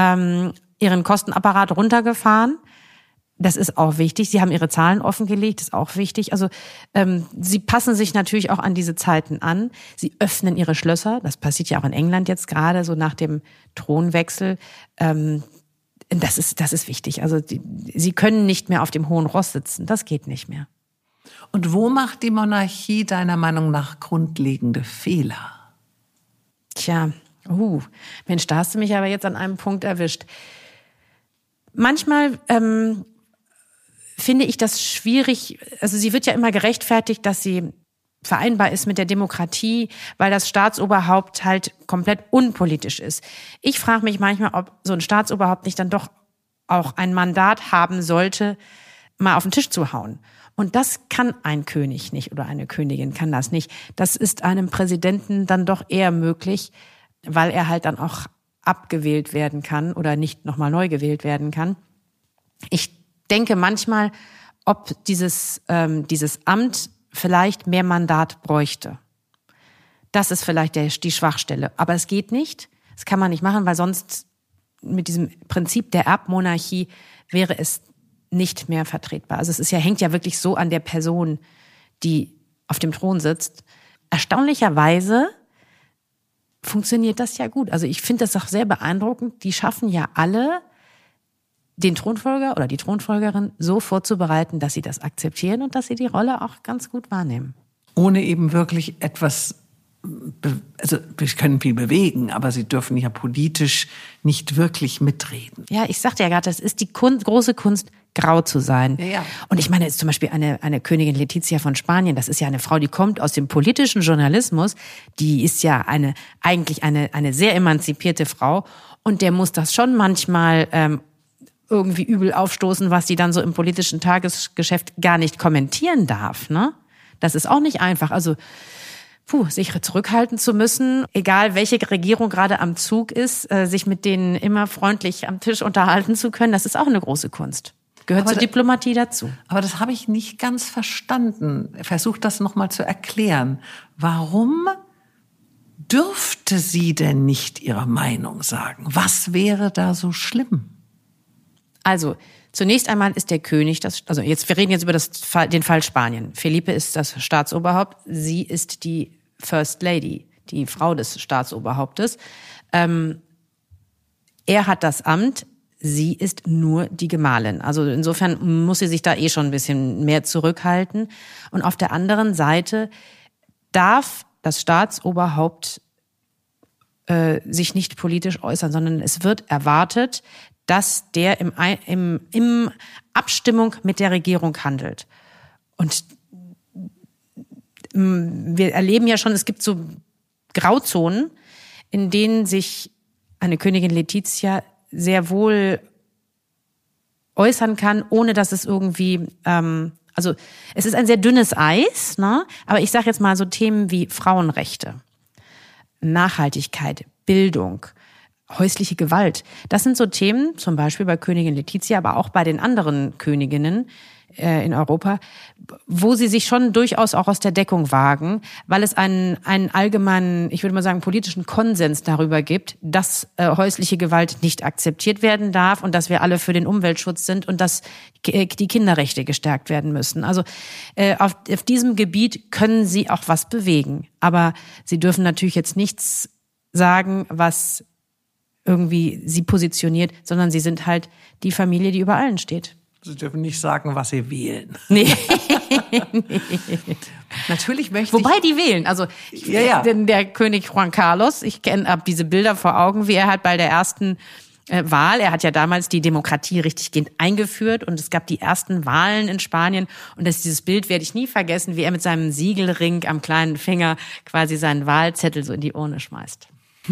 ihren Kostenapparat runtergefahren. Das ist auch wichtig. Sie haben ihre Zahlen offengelegt, das ist auch wichtig. Also sie passen sich natürlich auch an diese Zeiten an. Sie öffnen ihre Schlösser. Das passiert ja auch in England jetzt gerade, so nach dem Thronwechsel. Das ist wichtig. Also sie können nicht mehr auf dem hohen Ross sitzen. Das geht nicht mehr. Und wo macht die Monarchie deiner Meinung nach grundlegende Fehler? Tja, Mensch, da hast du mich aber jetzt an einem Punkt erwischt. Manchmal finde ich das schwierig. Also sie wird ja immer gerechtfertigt, dass sie vereinbar ist mit der Demokratie, weil das Staatsoberhaupt halt komplett unpolitisch ist. Ich frage mich manchmal, ob so ein Staatsoberhaupt nicht dann doch auch ein Mandat haben sollte, mal auf den Tisch zu hauen. Und das kann ein König nicht oder eine Königin kann das nicht. Das ist einem Präsidenten dann doch eher möglich, weil er halt dann auch abgewählt werden kann oder nicht nochmal neu gewählt werden kann. Ich denke manchmal, ob dieses Amt vielleicht mehr Mandat bräuchte. Das ist vielleicht die Schwachstelle. Aber es geht nicht. Das kann man nicht machen, weil sonst mit diesem Prinzip der Erbmonarchie wäre es nicht mehr vertretbar. Also hängt ja wirklich so an der Person, die auf dem Thron sitzt. Erstaunlicherweise funktioniert das ja gut. Also ich finde das auch sehr beeindruckend. Die schaffen ja alle, den Thronfolger oder die Thronfolgerin so vorzubereiten, dass sie das akzeptieren und dass sie die Rolle auch ganz gut wahrnehmen. Ohne eben wirklich etwas, also wir können viel bewegen, aber sie dürfen ja politisch nicht wirklich mitreden. Ja, ich sagte ja gerade, das ist die große Kunst, grau zu sein. Ja. Und ich meine jetzt zum Beispiel eine Königin Letizia von Spanien, das ist ja eine Frau, die kommt aus dem politischen Journalismus, die ist ja eigentlich eine sehr emanzipierte Frau und der muss das schon manchmal irgendwie übel aufstoßen, was die dann so im politischen Tagesgeschäft gar nicht kommentieren darf, ne? Das ist auch nicht einfach. Also, sich zurückhalten zu müssen, egal welche Regierung gerade am Zug ist, sich mit denen immer freundlich am Tisch unterhalten zu können, das ist auch eine große Kunst. Gehört zur Diplomatie dazu. Aber das habe ich nicht ganz verstanden. Versuch das nochmal zu erklären. Warum dürfte sie denn nicht ihre Meinung sagen? Was wäre da so schlimm? Also, zunächst einmal ist der König, wir reden jetzt über den Fall Spanien. Felipe ist das Staatsoberhaupt, sie ist die First Lady, die Frau des Staatsoberhauptes. Er hat das Amt, sie ist nur die Gemahlin. Also insofern muss sie sich da schon ein bisschen mehr zurückhalten. Und auf der anderen Seite darf das Staatsoberhaupt sich nicht politisch äußern, sondern es wird erwartet, dass der im Abstimmung mit der Regierung handelt. Und wir erleben ja schon, es gibt so Grauzonen, in denen sich eine Königin Letizia sehr wohl äußern kann, ohne dass es irgendwie, also es ist ein sehr dünnes Eis, ne? Aber ich sage jetzt mal so Themen wie Frauenrechte, Nachhaltigkeit, Bildung, häusliche Gewalt. Das sind so Themen, zum Beispiel bei Königin Letizia, aber auch bei den anderen Königinnen in Europa, wo sie sich schon durchaus auch aus der Deckung wagen, weil es einen allgemeinen, ich würde mal sagen, politischen Konsens darüber gibt, dass häusliche Gewalt nicht akzeptiert werden darf und dass wir alle für den Umweltschutz sind und dass die Kinderrechte gestärkt werden müssen. Also auf diesem Gebiet können sie auch was bewegen. Aber sie dürfen natürlich jetzt nichts sagen, was irgendwie sie positioniert, sondern sie sind halt die Familie, die über allen steht. Sie dürfen nicht sagen, was sie wählen. Nee. Natürlich möchte Wobei die wählen. Also denn der König Juan Carlos, ich habe diese Bilder vor Augen, wie er halt bei der ersten Wahl, er hat ja damals die Demokratie richtiggehend eingeführt und es gab die ersten Wahlen in Spanien und dieses Bild werde ich nie vergessen, wie er mit seinem Siegelring am kleinen Finger quasi seinen Wahlzettel so in die Urne schmeißt.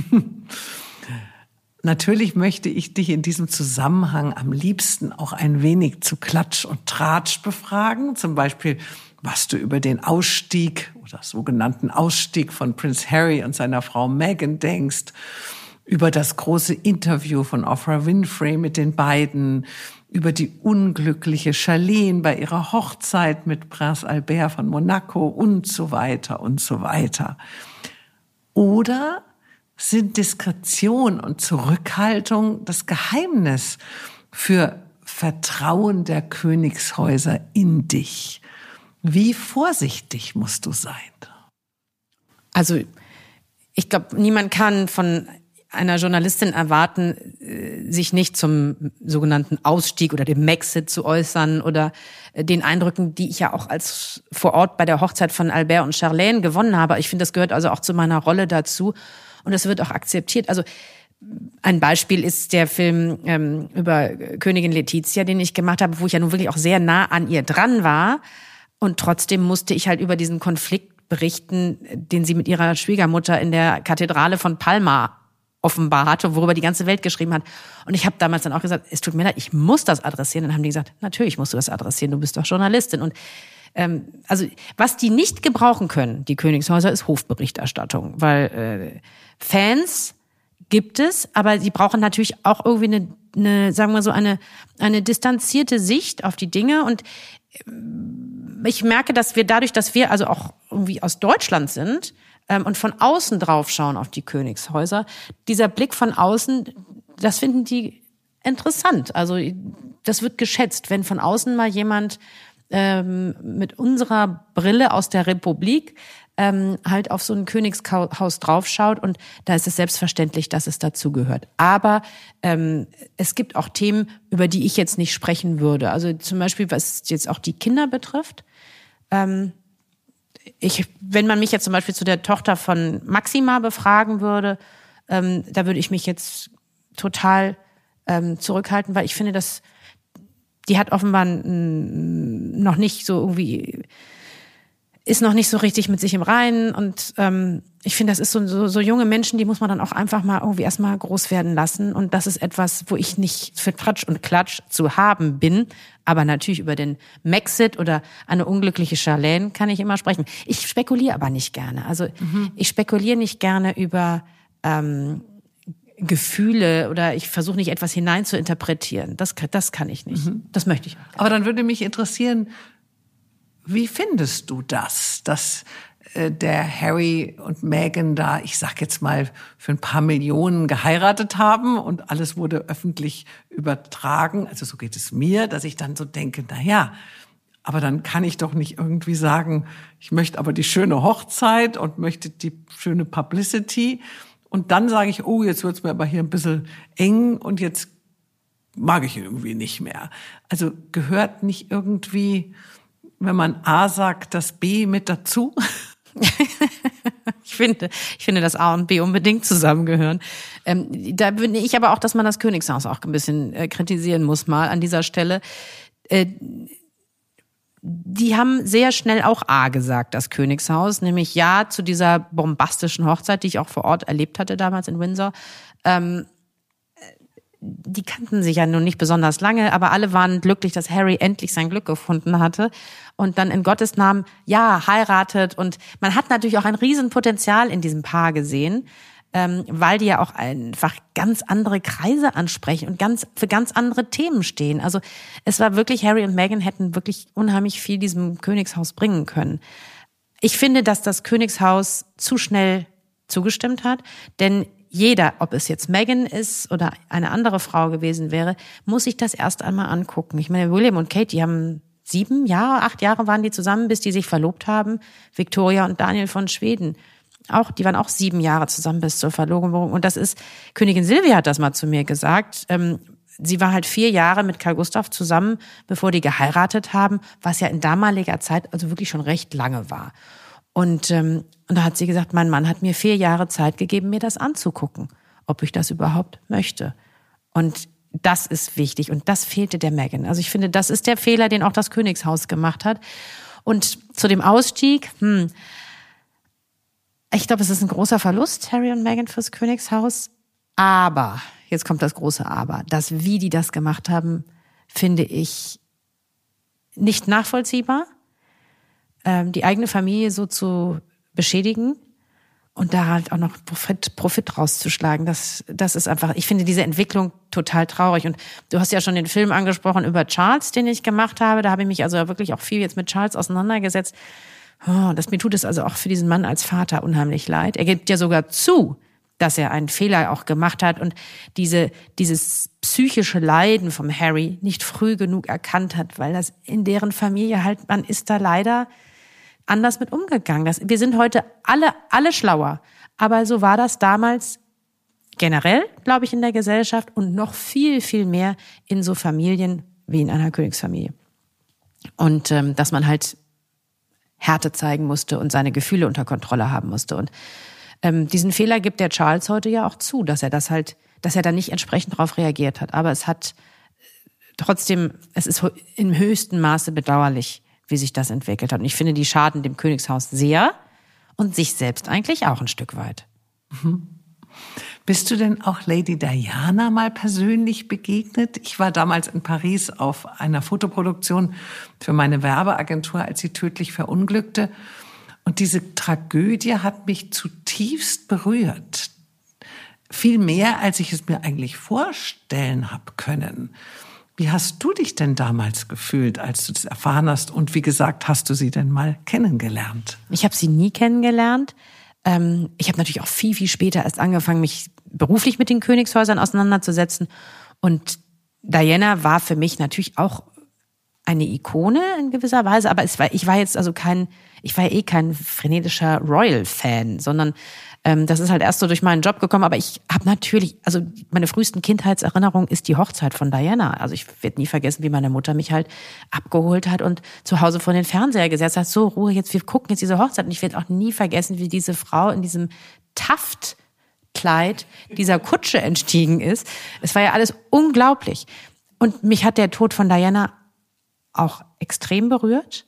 Natürlich möchte ich dich in diesem Zusammenhang am liebsten auch ein wenig zu Klatsch und Tratsch befragen. Zum Beispiel, was du über den Ausstieg oder sogenannten Ausstieg von Prince Harry und seiner Frau Meghan denkst, über das große Interview von Oprah Winfrey mit den beiden, über die unglückliche Charlene bei ihrer Hochzeit mit Prince Albert von Monaco und so weiter und so weiter. Oder sind Diskretion und Zurückhaltung das Geheimnis für Vertrauen der Königshäuser in dich? Wie vorsichtig musst du sein? Also ich glaube, niemand kann von einer Journalistin erwarten, sich nicht zum sogenannten Ausstieg oder dem Maxit zu äußern oder den Eindrücken, die ich ja auch als vor Ort bei der Hochzeit von Albert und Charlene gewonnen habe. Ich finde, das gehört also auch zu meiner Rolle dazu. Und das wird auch akzeptiert. Also ein Beispiel ist der Film über Königin Letizia, den ich gemacht habe, wo ich ja nun wirklich auch sehr nah an ihr dran war. Und trotzdem musste ich halt über diesen Konflikt berichten, den sie mit ihrer Schwiegermutter in der Kathedrale von Palma offenbar hatte, worüber die ganze Welt geschrieben hat. Und ich habe damals dann auch gesagt, es tut mir leid, ich muss das adressieren. Dann haben die gesagt, natürlich musst du das adressieren, du bist doch Journalistin. Und also was die nicht gebrauchen können, die Königshäuser, ist Hofberichterstattung, weil Fans gibt es, aber sie brauchen natürlich auch irgendwie eine sagen wir so, eine distanzierte Sicht auf die Dinge. Und ich merke, dass wir dadurch, dass wir also auch irgendwie aus Deutschland sind und von außen drauf schauen auf die Königshäuser, dieser Blick von außen, das finden die interessant. Also das wird geschätzt, wenn von außen mal jemand mit unserer Brille aus der Republik halt auf so ein Königshaus draufschaut, und da ist es selbstverständlich, dass es dazugehört. Aber es gibt auch Themen, über die ich jetzt nicht sprechen würde. Also zum Beispiel, was jetzt auch die Kinder betrifft. Wenn man mich jetzt zum Beispiel zu der Tochter von Maxima befragen würde, da würde ich mich jetzt total zurückhalten, weil ich finde, dass die hat offenbar noch nicht so irgendwie, ist noch nicht so richtig mit sich im Reinen, und ich finde, das ist so junge Menschen, die muss man dann auch einfach mal irgendwie erstmal groß werden lassen, und das ist etwas, wo ich nicht für Tratsch und Klatsch zu haben bin, aber natürlich über den Maxit oder eine unglückliche Charlene kann ich immer sprechen. Ich spekuliere aber nicht gerne, also ich spekuliere nicht gerne über Gefühle, oder ich versuche nicht etwas hinein zu interpretieren. Das kann ich nicht. Das möchte ich auch. Aber dann würde mich interessieren, wie findest du das, dass der Harry und Meghan da, ich sag jetzt mal, für ein paar Millionen geheiratet haben und alles wurde öffentlich übertragen? Also so geht es mir, dass ich dann so denke, na ja, aber dann kann ich doch nicht irgendwie sagen, ich möchte aber die schöne Hochzeit und möchte die schöne Publicity. Und dann sage ich, oh, jetzt wird's mir aber hier ein bisschen eng und jetzt mag ich ihn irgendwie nicht mehr. Also gehört nicht irgendwie, wenn man A sagt, das B mit dazu? Ich finde, dass A und B unbedingt zusammengehören. Da finde ich aber auch, dass man das Königshaus auch ein bisschen kritisieren muss mal an dieser Stelle. Die haben sehr schnell auch A gesagt, das Königshaus, nämlich ja zu dieser bombastischen Hochzeit, die ich auch vor Ort erlebt hatte damals in Windsor. Die kannten sich ja nun nicht besonders lange, aber alle waren glücklich, dass Harry endlich sein Glück gefunden hatte und dann in Gottes Namen, ja, heiratet. Und man hat natürlich auch ein Riesenpotenzial in diesem Paar gesehen, weil die ja auch einfach ganz andere Kreise ansprechen und für ganz andere Themen stehen. Also es war wirklich, Harry und Meghan hätten wirklich unheimlich viel diesem Königshaus bringen können. Ich finde, dass das Königshaus zu schnell zugestimmt hat, denn jeder, ob es jetzt Meghan ist oder eine andere Frau gewesen wäre, muss sich das erst einmal angucken. Ich meine, William und Kate, die haben 8 Jahre waren die zusammen, bis die sich verlobt haben. Victoria und Daniel von Schweden. Die waren auch 7 Jahre zusammen bis zur Verlobung. Und das ist, Königin Silvia hat das mal zu mir gesagt. Sie war halt 4 Jahre mit Karl Gustav zusammen, bevor die geheiratet haben, was ja in damaliger Zeit also wirklich schon recht lange war. Und da hat sie gesagt, mein Mann hat mir 4 Jahre Zeit gegeben, mir das anzugucken, ob ich das überhaupt möchte. Und das ist wichtig. Und das fehlte der Meghan. Also ich finde, das ist der Fehler, den auch das Königshaus gemacht hat. Und zu dem Ausstieg, ich glaube, es ist ein großer Verlust, Harry und Meghan fürs Königshaus. Aber, jetzt kommt das große Aber, wie die das gemacht haben, finde ich nicht nachvollziehbar. Die eigene Familie so zu beschädigen und da halt auch noch Profit rauszuschlagen, das ist einfach, ich finde diese Entwicklung total traurig. Und du hast ja schon den Film angesprochen über Charles, den ich gemacht habe. Da habe ich mich also wirklich auch viel jetzt mit Charles auseinandergesetzt. Mir tut es also auch für diesen Mann als Vater unheimlich leid. Er gibt ja sogar zu, dass er einen Fehler auch gemacht hat und dieses psychische Leiden vom Harry nicht früh genug erkannt hat, weil das in deren Familie halt, man ist da leider anders mit umgegangen. Wir sind heute alle schlauer. Aber so war das damals generell, glaube ich, in der Gesellschaft und noch viel, viel mehr in so Familien wie in einer Königsfamilie. Und dass man halt Härte zeigen musste und seine Gefühle unter Kontrolle haben musste. Und diesen Fehler gibt der Charles heute ja auch zu, dass er da nicht entsprechend darauf reagiert hat. Aber es ist im höchsten Maße bedauerlich, wie sich das entwickelt hat. Und ich finde, die schaden dem Königshaus sehr und sich selbst eigentlich auch ein Stück weit. Bist du denn auch Lady Diana mal persönlich begegnet? Ich war damals in Paris auf einer Fotoproduktion für meine Werbeagentur, als sie tödlich verunglückte. Und diese Tragödie hat mich zutiefst berührt. Viel mehr, als ich es mir eigentlich vorstellen habe können. Wie hast du dich denn damals gefühlt, als du das erfahren hast? Und wie gesagt, hast du sie denn mal kennengelernt? Ich habe sie nie kennengelernt. Ich habe natürlich auch viel, viel später erst angefangen, mich beruflich mit den Königshäusern auseinanderzusetzen. Und Diana war für mich natürlich auch eine Ikone in gewisser Weise, aber ich war ja kein frenetischer Royal-Fan, sondern das ist halt erst so durch meinen Job gekommen, aber ich habe natürlich, also meine frühesten Kindheitserinnerungen ist die Hochzeit von Diana. Also ich werde nie vergessen, wie meine Mutter mich halt abgeholt hat und zu Hause vor den Fernseher gesetzt hat, so Ruhe, wir gucken jetzt diese Hochzeit. Und ich werde auch nie vergessen, wie diese Frau in diesem Taftkleid dieser Kutsche entstiegen ist. Es war ja alles unglaublich. Und mich hat der Tod von Diana auch extrem berührt.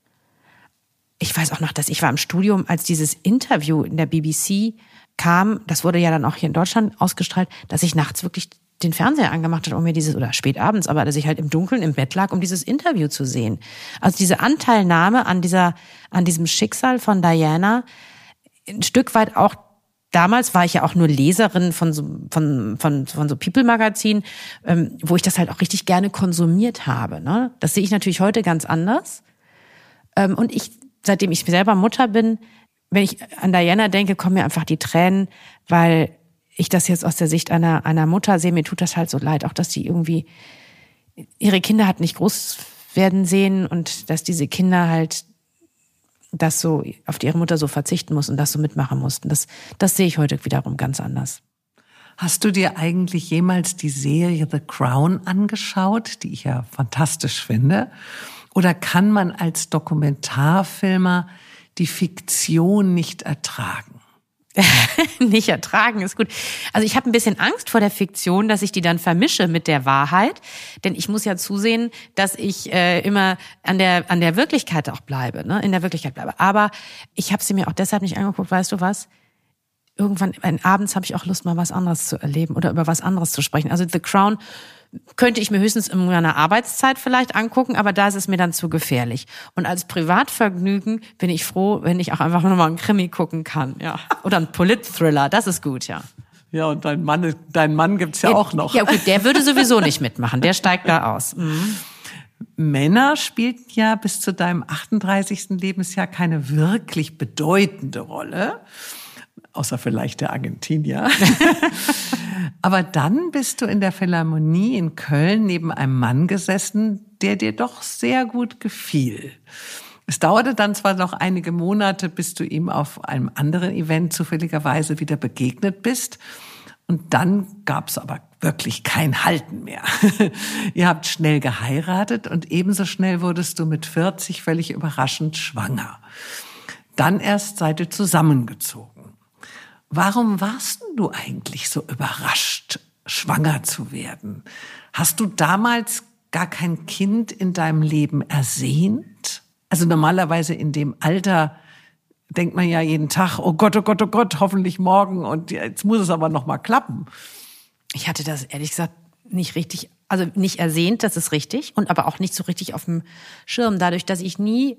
Ich weiß auch noch, dass ich war im Studium, als dieses Interview in der BBC kam, das wurde ja dann auch hier in Deutschland ausgestrahlt, dass ich nachts wirklich den Fernseher angemacht habe, oder spät abends, aber dass ich halt im Dunkeln im Bett lag, um dieses Interview zu sehen. Also diese Anteilnahme an diesem Schicksal von Diana, ein Stück weit auch. Damals war ich ja auch nur Leserin von so People-Magazinen, wo ich das halt auch richtig gerne konsumiert habe. Ne? Das sehe ich natürlich heute ganz anders. Und seitdem ich selber Mutter bin, wenn ich an Diana denke, kommen mir einfach die Tränen, weil ich das jetzt aus der Sicht einer Mutter sehe. Mir tut das halt so leid, auch dass die irgendwie ihre Kinder hat nicht groß werden sehen und dass diese Kinder halt das so auf ihre Mutter so verzichten muss und das so mitmachen mussten. Das sehe ich heute wiederum ganz anders. Hast du dir eigentlich jemals die Serie The Crown angeschaut, die ich ja fantastisch finde? Oder kann man als Dokumentarfilmer die Fiktion nicht ertragen? Nicht ertragen ist gut. Also ich habe ein bisschen Angst vor der Fiktion, dass ich die dann vermische mit der Wahrheit, denn ich muss ja zusehen, dass ich immer an der Wirklichkeit auch bleibe, ne? In der Wirklichkeit bleibe. Aber ich habe sie mir auch deshalb nicht angeguckt, weißt du was? Irgendwann abends habe ich auch Lust, mal was anderes zu erleben oder über was anderes zu sprechen. Also The Crown könnte ich mir höchstens in meiner Arbeitszeit vielleicht angucken, aber da ist es mir dann zu gefährlich. Und als Privatvergnügen bin ich froh, wenn ich auch einfach nur mal einen Krimi gucken kann, ja. Oder einen Polit-Thriller, das ist gut, ja. Ja, und dein Mann gibt's ja auch noch. Ja gut, der würde sowieso nicht mitmachen, der steigt da aus. Mhm. Männer spielten ja bis zu deinem 38. Lebensjahr keine wirklich bedeutende Rolle. Außer vielleicht der Argentinier. Aber dann bist du in der Philharmonie in Köln neben einem Mann gesessen, der dir doch sehr gut gefiel. Es dauerte dann zwar noch einige Monate, bis du ihm auf einem anderen Event zufälligerweise wieder begegnet bist. Und dann gab's aber wirklich kein Halten mehr. Ihr habt schnell geheiratet und ebenso schnell wurdest du mit 40 völlig überraschend schwanger. Dann erst seid ihr zusammengezogen. Warum warst du eigentlich so überrascht, schwanger zu werden? Hast du damals gar kein Kind in deinem Leben ersehnt? Also normalerweise in dem Alter denkt man ja jeden Tag, oh Gott, hoffentlich morgen und jetzt muss es aber noch mal klappen. Ich hatte das ehrlich gesagt nicht richtig, also nicht ersehnt, das ist richtig, und aber auch nicht so richtig auf dem Schirm, dadurch, dass ich nie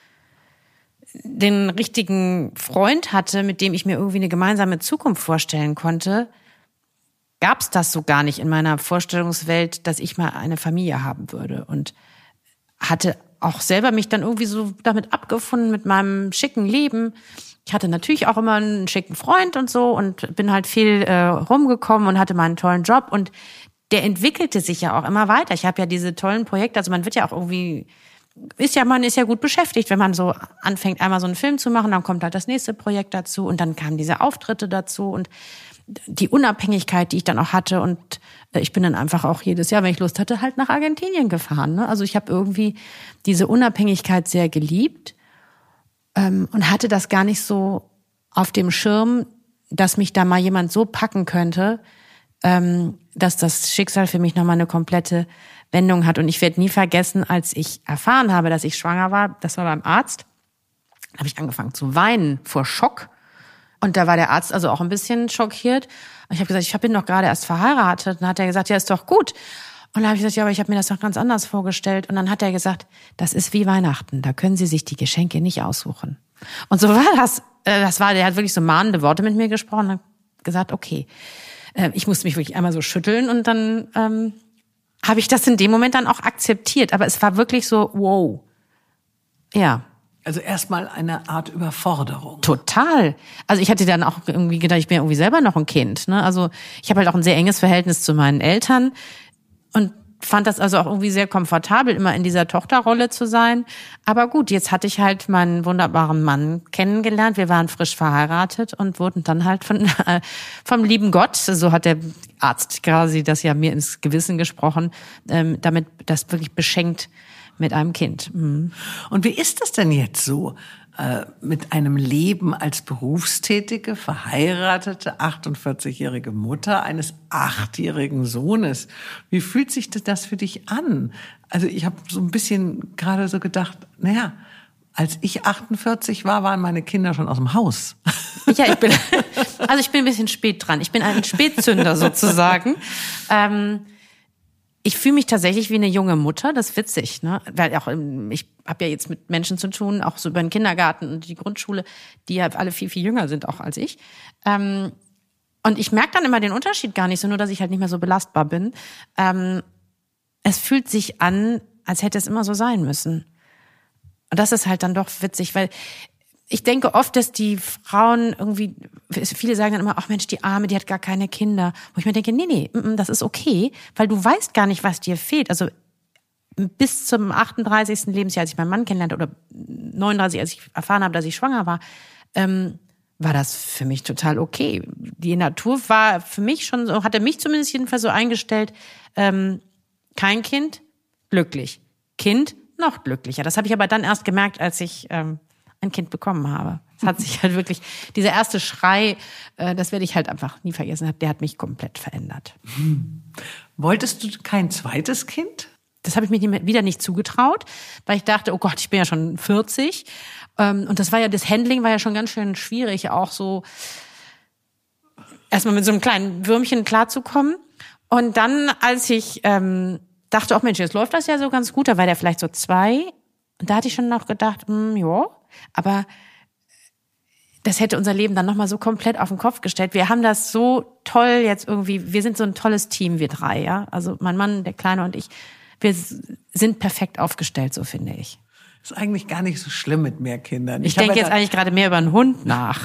den richtigen Freund hatte, mit dem ich mir irgendwie eine gemeinsame Zukunft vorstellen konnte, gab es das so gar nicht in meiner Vorstellungswelt, dass ich mal eine Familie haben würde, und hatte auch selber mich dann irgendwie so damit abgefunden mit meinem schicken Leben. Ich hatte natürlich auch immer einen schicken Freund und so und bin halt viel rumgekommen und hatte meinen tollen Job, und der entwickelte sich ja auch immer weiter. Ich habe ja diese tollen Projekte, also man wird ja auch irgendwie man ist ja gut beschäftigt, wenn man so anfängt, einmal so einen Film zu machen, dann kommt halt das nächste Projekt dazu und dann kamen diese Auftritte dazu und die Unabhängigkeit, die ich dann auch hatte, und ich bin dann einfach auch jedes Jahr, wenn ich Lust hatte, halt nach Argentinien gefahren, ne? Also ich habe irgendwie diese Unabhängigkeit sehr geliebt und hatte das gar nicht so auf dem Schirm, dass mich da mal jemand so packen könnte, dass das Schicksal für mich nochmal eine komplette Wendung hat. Und ich werde nie vergessen, als ich erfahren habe, dass ich schwanger war, das war beim Arzt, da habe ich angefangen zu weinen vor Schock. Und da war der Arzt also auch ein bisschen schockiert. Und ich habe gesagt, ich bin doch gerade erst verheiratet. Und dann hat er gesagt, ja, ist doch gut. Und dann habe ich gesagt, ja, aber ich habe mir das doch ganz anders vorgestellt. Und dann hat er gesagt, das ist wie Weihnachten, da können Sie sich die Geschenke nicht aussuchen. Und so war das. Der hat wirklich so mahnende Worte mit mir gesprochen. Dann gesagt, okay, ich musste mich wirklich einmal so schütteln und dann habe ich das in dem Moment dann auch akzeptiert. Aber es war wirklich so, wow. Ja. Also erstmal eine Art Überforderung. Total. Also ich hatte dann auch irgendwie gedacht, ich bin ja irgendwie selber noch ein Kind. Ne? Also ich habe halt auch ein sehr enges Verhältnis zu meinen Eltern und fand das also auch irgendwie sehr komfortabel, immer in dieser Tochterrolle zu sein. Aber gut, jetzt hatte ich halt meinen wunderbaren Mann kennengelernt. Wir waren frisch verheiratet und wurden dann halt vom lieben Gott, so hat der Arzt quasi das ja mir ins Gewissen gesprochen, damit das wirklich beschenkt mit einem Kind. Mhm. Und wie ist das denn jetzt so mit einem Leben als berufstätige, verheiratete, 48-jährige Mutter eines 8-jährigen Sohnes? Wie fühlt sich das für dich an? Also ich habe so ein bisschen gerade so gedacht, naja, als ich 48 war, waren meine Kinder schon aus dem Haus. Ja, ich bin ein bisschen spät dran. Ich bin ein Spätzünder sozusagen. Ich fühle mich tatsächlich wie eine junge Mutter, das ist witzig, ne? Weil auch ich habe ja jetzt mit Menschen zu tun, auch so über den Kindergarten und die Grundschule, die ja alle viel, viel jünger sind auch als ich. Und ich merke dann immer den Unterschied gar nicht so, nur dass ich halt nicht mehr so belastbar bin. Es fühlt sich an, als hätte es immer so sein müssen. Und das ist halt dann doch witzig, weil ich denke oft, dass die Frauen irgendwie, viele sagen dann immer, ach Mensch, die Arme, die hat gar keine Kinder. Wo ich mir denke, nee, das ist okay, weil du weißt gar nicht, was dir fehlt. Also bis zum 38. Lebensjahr, als ich meinen Mann kennenlernte, oder 39, als ich erfahren habe, dass ich schwanger war, war das für mich total okay. Die Natur war für mich schon so, hatte mich zumindest jedenfalls so eingestellt, kein Kind, glücklich. Kind, noch glücklicher. Das habe ich aber dann erst gemerkt, als ich ein Kind bekommen habe. Es hat sich halt wirklich, dieser erste Schrei, das werde ich halt einfach nie vergessen, der hat mich komplett verändert. Wolltest du kein zweites Kind? Das habe ich mir wieder nicht zugetraut, weil ich dachte, oh Gott, ich bin ja schon 40. Und das Handling war ja schon ganz schön schwierig, auch so erstmal mit so einem kleinen Würmchen klarzukommen. Und dann, als ich dachte, oh Mensch, jetzt läuft das ja so ganz gut, da war der vielleicht so 2. Und da hatte ich schon noch gedacht, ja, aber das hätte unser Leben dann nochmal so komplett auf den Kopf gestellt. Wir haben das so toll jetzt irgendwie, wir sind so ein tolles Team, wir 3, ja. Also mein Mann, der Kleine und ich, wir sind perfekt aufgestellt, so finde ich. Ist eigentlich gar nicht so schlimm mit mehr Kindern. Ich denke jetzt eigentlich gerade mehr über einen Hund nach.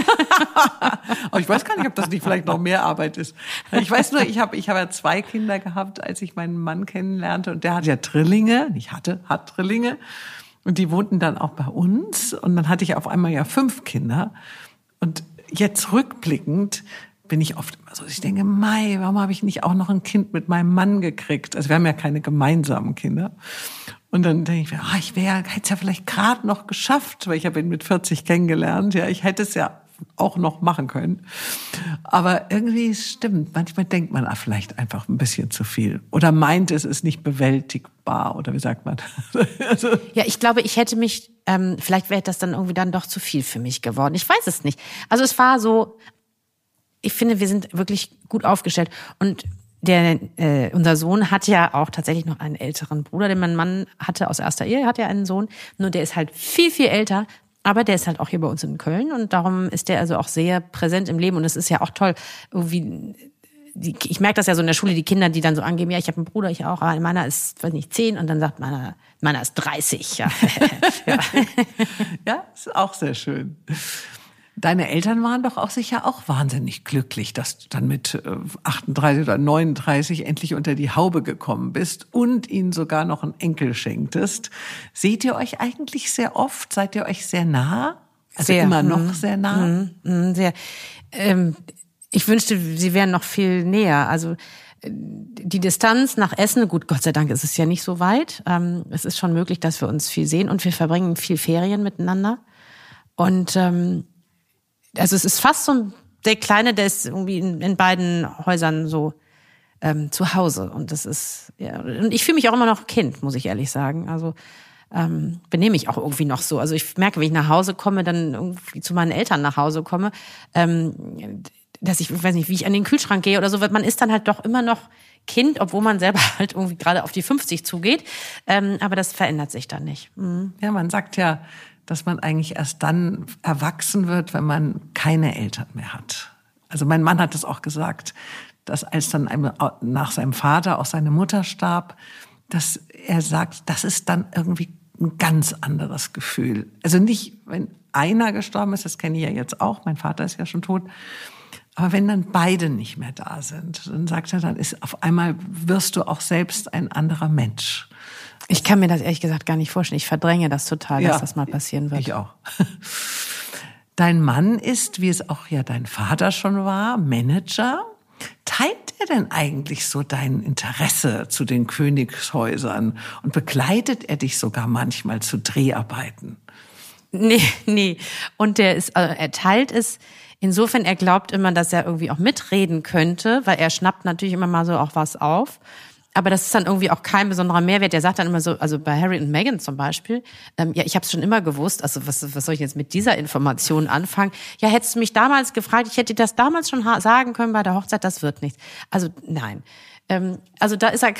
Aber ich weiß gar nicht, ob das nicht vielleicht noch mehr Arbeit ist. Ich weiß nur, ich habe ja 2 Kinder gehabt, als ich meinen Mann kennenlernte. Und der hat ja Drillinge, hat Drillinge. Und die wohnten dann auch bei uns. Und dann hatte ich auf einmal ja 5 Kinder. Und jetzt rückblickend bin ich oft immer so, ich denke, warum habe ich nicht auch noch ein Kind mit meinem Mann gekriegt? Also wir haben ja keine gemeinsamen Kinder. Und dann denke ich mir, hätte es ja vielleicht gerade noch geschafft, weil ich habe ihn mit 40 kennengelernt. Ja, ich hätte es ja auch noch machen können. Aber irgendwie stimmt, manchmal denkt man vielleicht einfach ein bisschen zu viel. Oder meint, es ist nicht bewältigbar. Oder wie sagt man? Also, ja, ich glaube, ich hätte mich, vielleicht wäre das dann irgendwie dann doch zu viel für mich geworden. Ich weiß es nicht. Also es war so, ich finde, wir sind wirklich gut aufgestellt. Und unser Sohn hat ja auch tatsächlich noch einen älteren Bruder, den mein Mann hatte aus erster Ehe, hat ja einen Sohn. Nur der ist halt viel, viel älter. Aber der ist halt auch hier bei uns in Köln und darum ist der also auch sehr präsent im Leben. Und es ist ja auch toll, irgendwie, ich merke das ja so in der Schule, die Kinder, die dann so angeben, ja, ich habe einen Bruder, ich auch, aber meiner ist, weiß nicht, 10 und dann sagt meiner ist 30. Ja. Ja, ist auch sehr schön. Deine Eltern waren doch auch sicher auch wahnsinnig glücklich, dass du dann mit 38 oder 39 endlich unter die Haube gekommen bist und ihnen sogar noch einen Enkel schenktest. Seht ihr euch eigentlich sehr oft? Seid ihr euch sehr nah? Also sehr. Immer noch sehr nah? Sehr. Ich wünschte, sie wären noch viel näher. Also die Distanz nach Essen, gut, Gott sei Dank ist es ja nicht so weit. Es ist schon möglich, dass wir uns viel sehen und wir verbringen viel Ferien miteinander. Und also es ist fast so, der Kleine, der ist irgendwie in beiden Häusern so zu Hause. Und das ist, ja, und ich fühle mich auch immer noch Kind, muss ich ehrlich sagen. Also benehme ich auch irgendwie noch so. Also ich merke, wenn ich nach Hause komme, dann irgendwie zu meinen Eltern nach Hause komme, dass ich weiß nicht, wie ich an den Kühlschrank gehe oder so, man ist dann halt doch immer noch Kind, obwohl man selber halt irgendwie gerade auf die 50 zugeht. Aber das verändert sich dann nicht. Mhm. Ja, man sagt ja, dass man eigentlich erst dann erwachsen wird, wenn man keine Eltern mehr hat. Also mein Mann hat es auch gesagt, dass als dann nach seinem Vater auch seine Mutter starb, dass er sagt, das ist dann irgendwie ein ganz anderes Gefühl. Also nicht, wenn einer gestorben ist, das kenne ich ja jetzt auch, mein Vater ist ja schon tot, aber wenn dann beide nicht mehr da sind, dann sagt er, dann ist auf einmal wirst du auch selbst ein anderer Mensch. Ich kann mir das ehrlich gesagt gar nicht vorstellen. Ich verdränge das total, dass das mal passieren wird. Ich auch. Dein Mann ist, wie es auch ja dein Vater schon war, Manager. Teilt er denn eigentlich so dein Interesse zu den Königshäusern und begleitet er dich sogar manchmal zu Dreharbeiten? Nee. Und er teilt es insofern, er glaubt immer, dass er irgendwie auch mitreden könnte, weil er schnappt natürlich immer mal so auch was auf. Aber das ist dann irgendwie auch kein besonderer Mehrwert. Der sagt dann immer so, also bei Harry und Meghan zum Beispiel, ja, ich habe es schon immer gewusst, also was soll ich jetzt mit dieser Information anfangen? Ja, hättest du mich damals gefragt, ich hätte dir das damals schon sagen können bei der Hochzeit, das wird nichts. Also nein. Also da ist er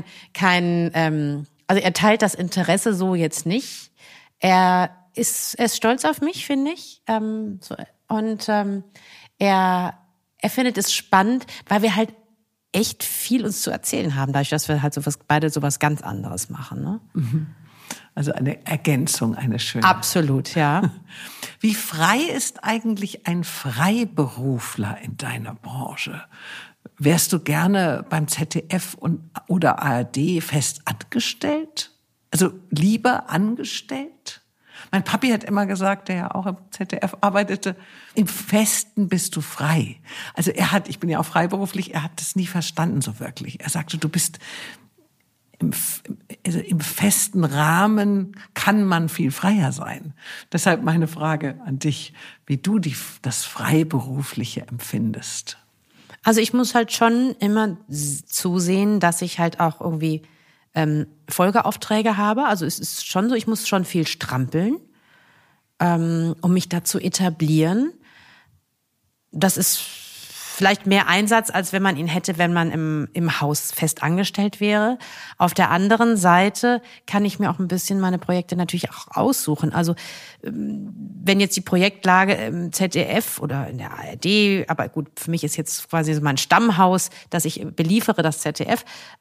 also er teilt das Interesse so jetzt nicht. Er ist stolz auf mich, finde ich. Und er findet es spannend, weil wir halt echt viel uns zu erzählen haben, dadurch, dass wir halt beide sowas ganz anderes machen. Ne? Also eine Ergänzung, eine schöne. Absolut, ja. Wie frei ist eigentlich ein Freiberufler in deiner Branche? Wärst du gerne beim ZDF oder ARD fest angestellt? Also lieber angestellt? Mein Papi hat immer gesagt, der ja auch im ZDF arbeitete, im Festen bist du frei. Also ich bin ja auch freiberuflich, er hat das nie verstanden so wirklich. Er sagte, du bist im festen Rahmen kann man viel freier sein. Deshalb meine Frage an dich, wie du das Freiberufliche empfindest. Also ich muss halt schon immer zusehen, dass ich halt auch irgendwie Folgeaufträge habe. Also es ist schon so, ich muss schon viel strampeln, um mich da zu etablieren. Das ist vielleicht mehr Einsatz, als wenn man ihn hätte, wenn man im Haus fest angestellt wäre. Auf der anderen Seite kann ich mir auch ein bisschen meine Projekte natürlich auch aussuchen. Also wenn jetzt die Projektlage im ZDF oder in der ARD, aber gut, für mich ist jetzt quasi so mein Stammhaus, dass ich beliefere das ZDF,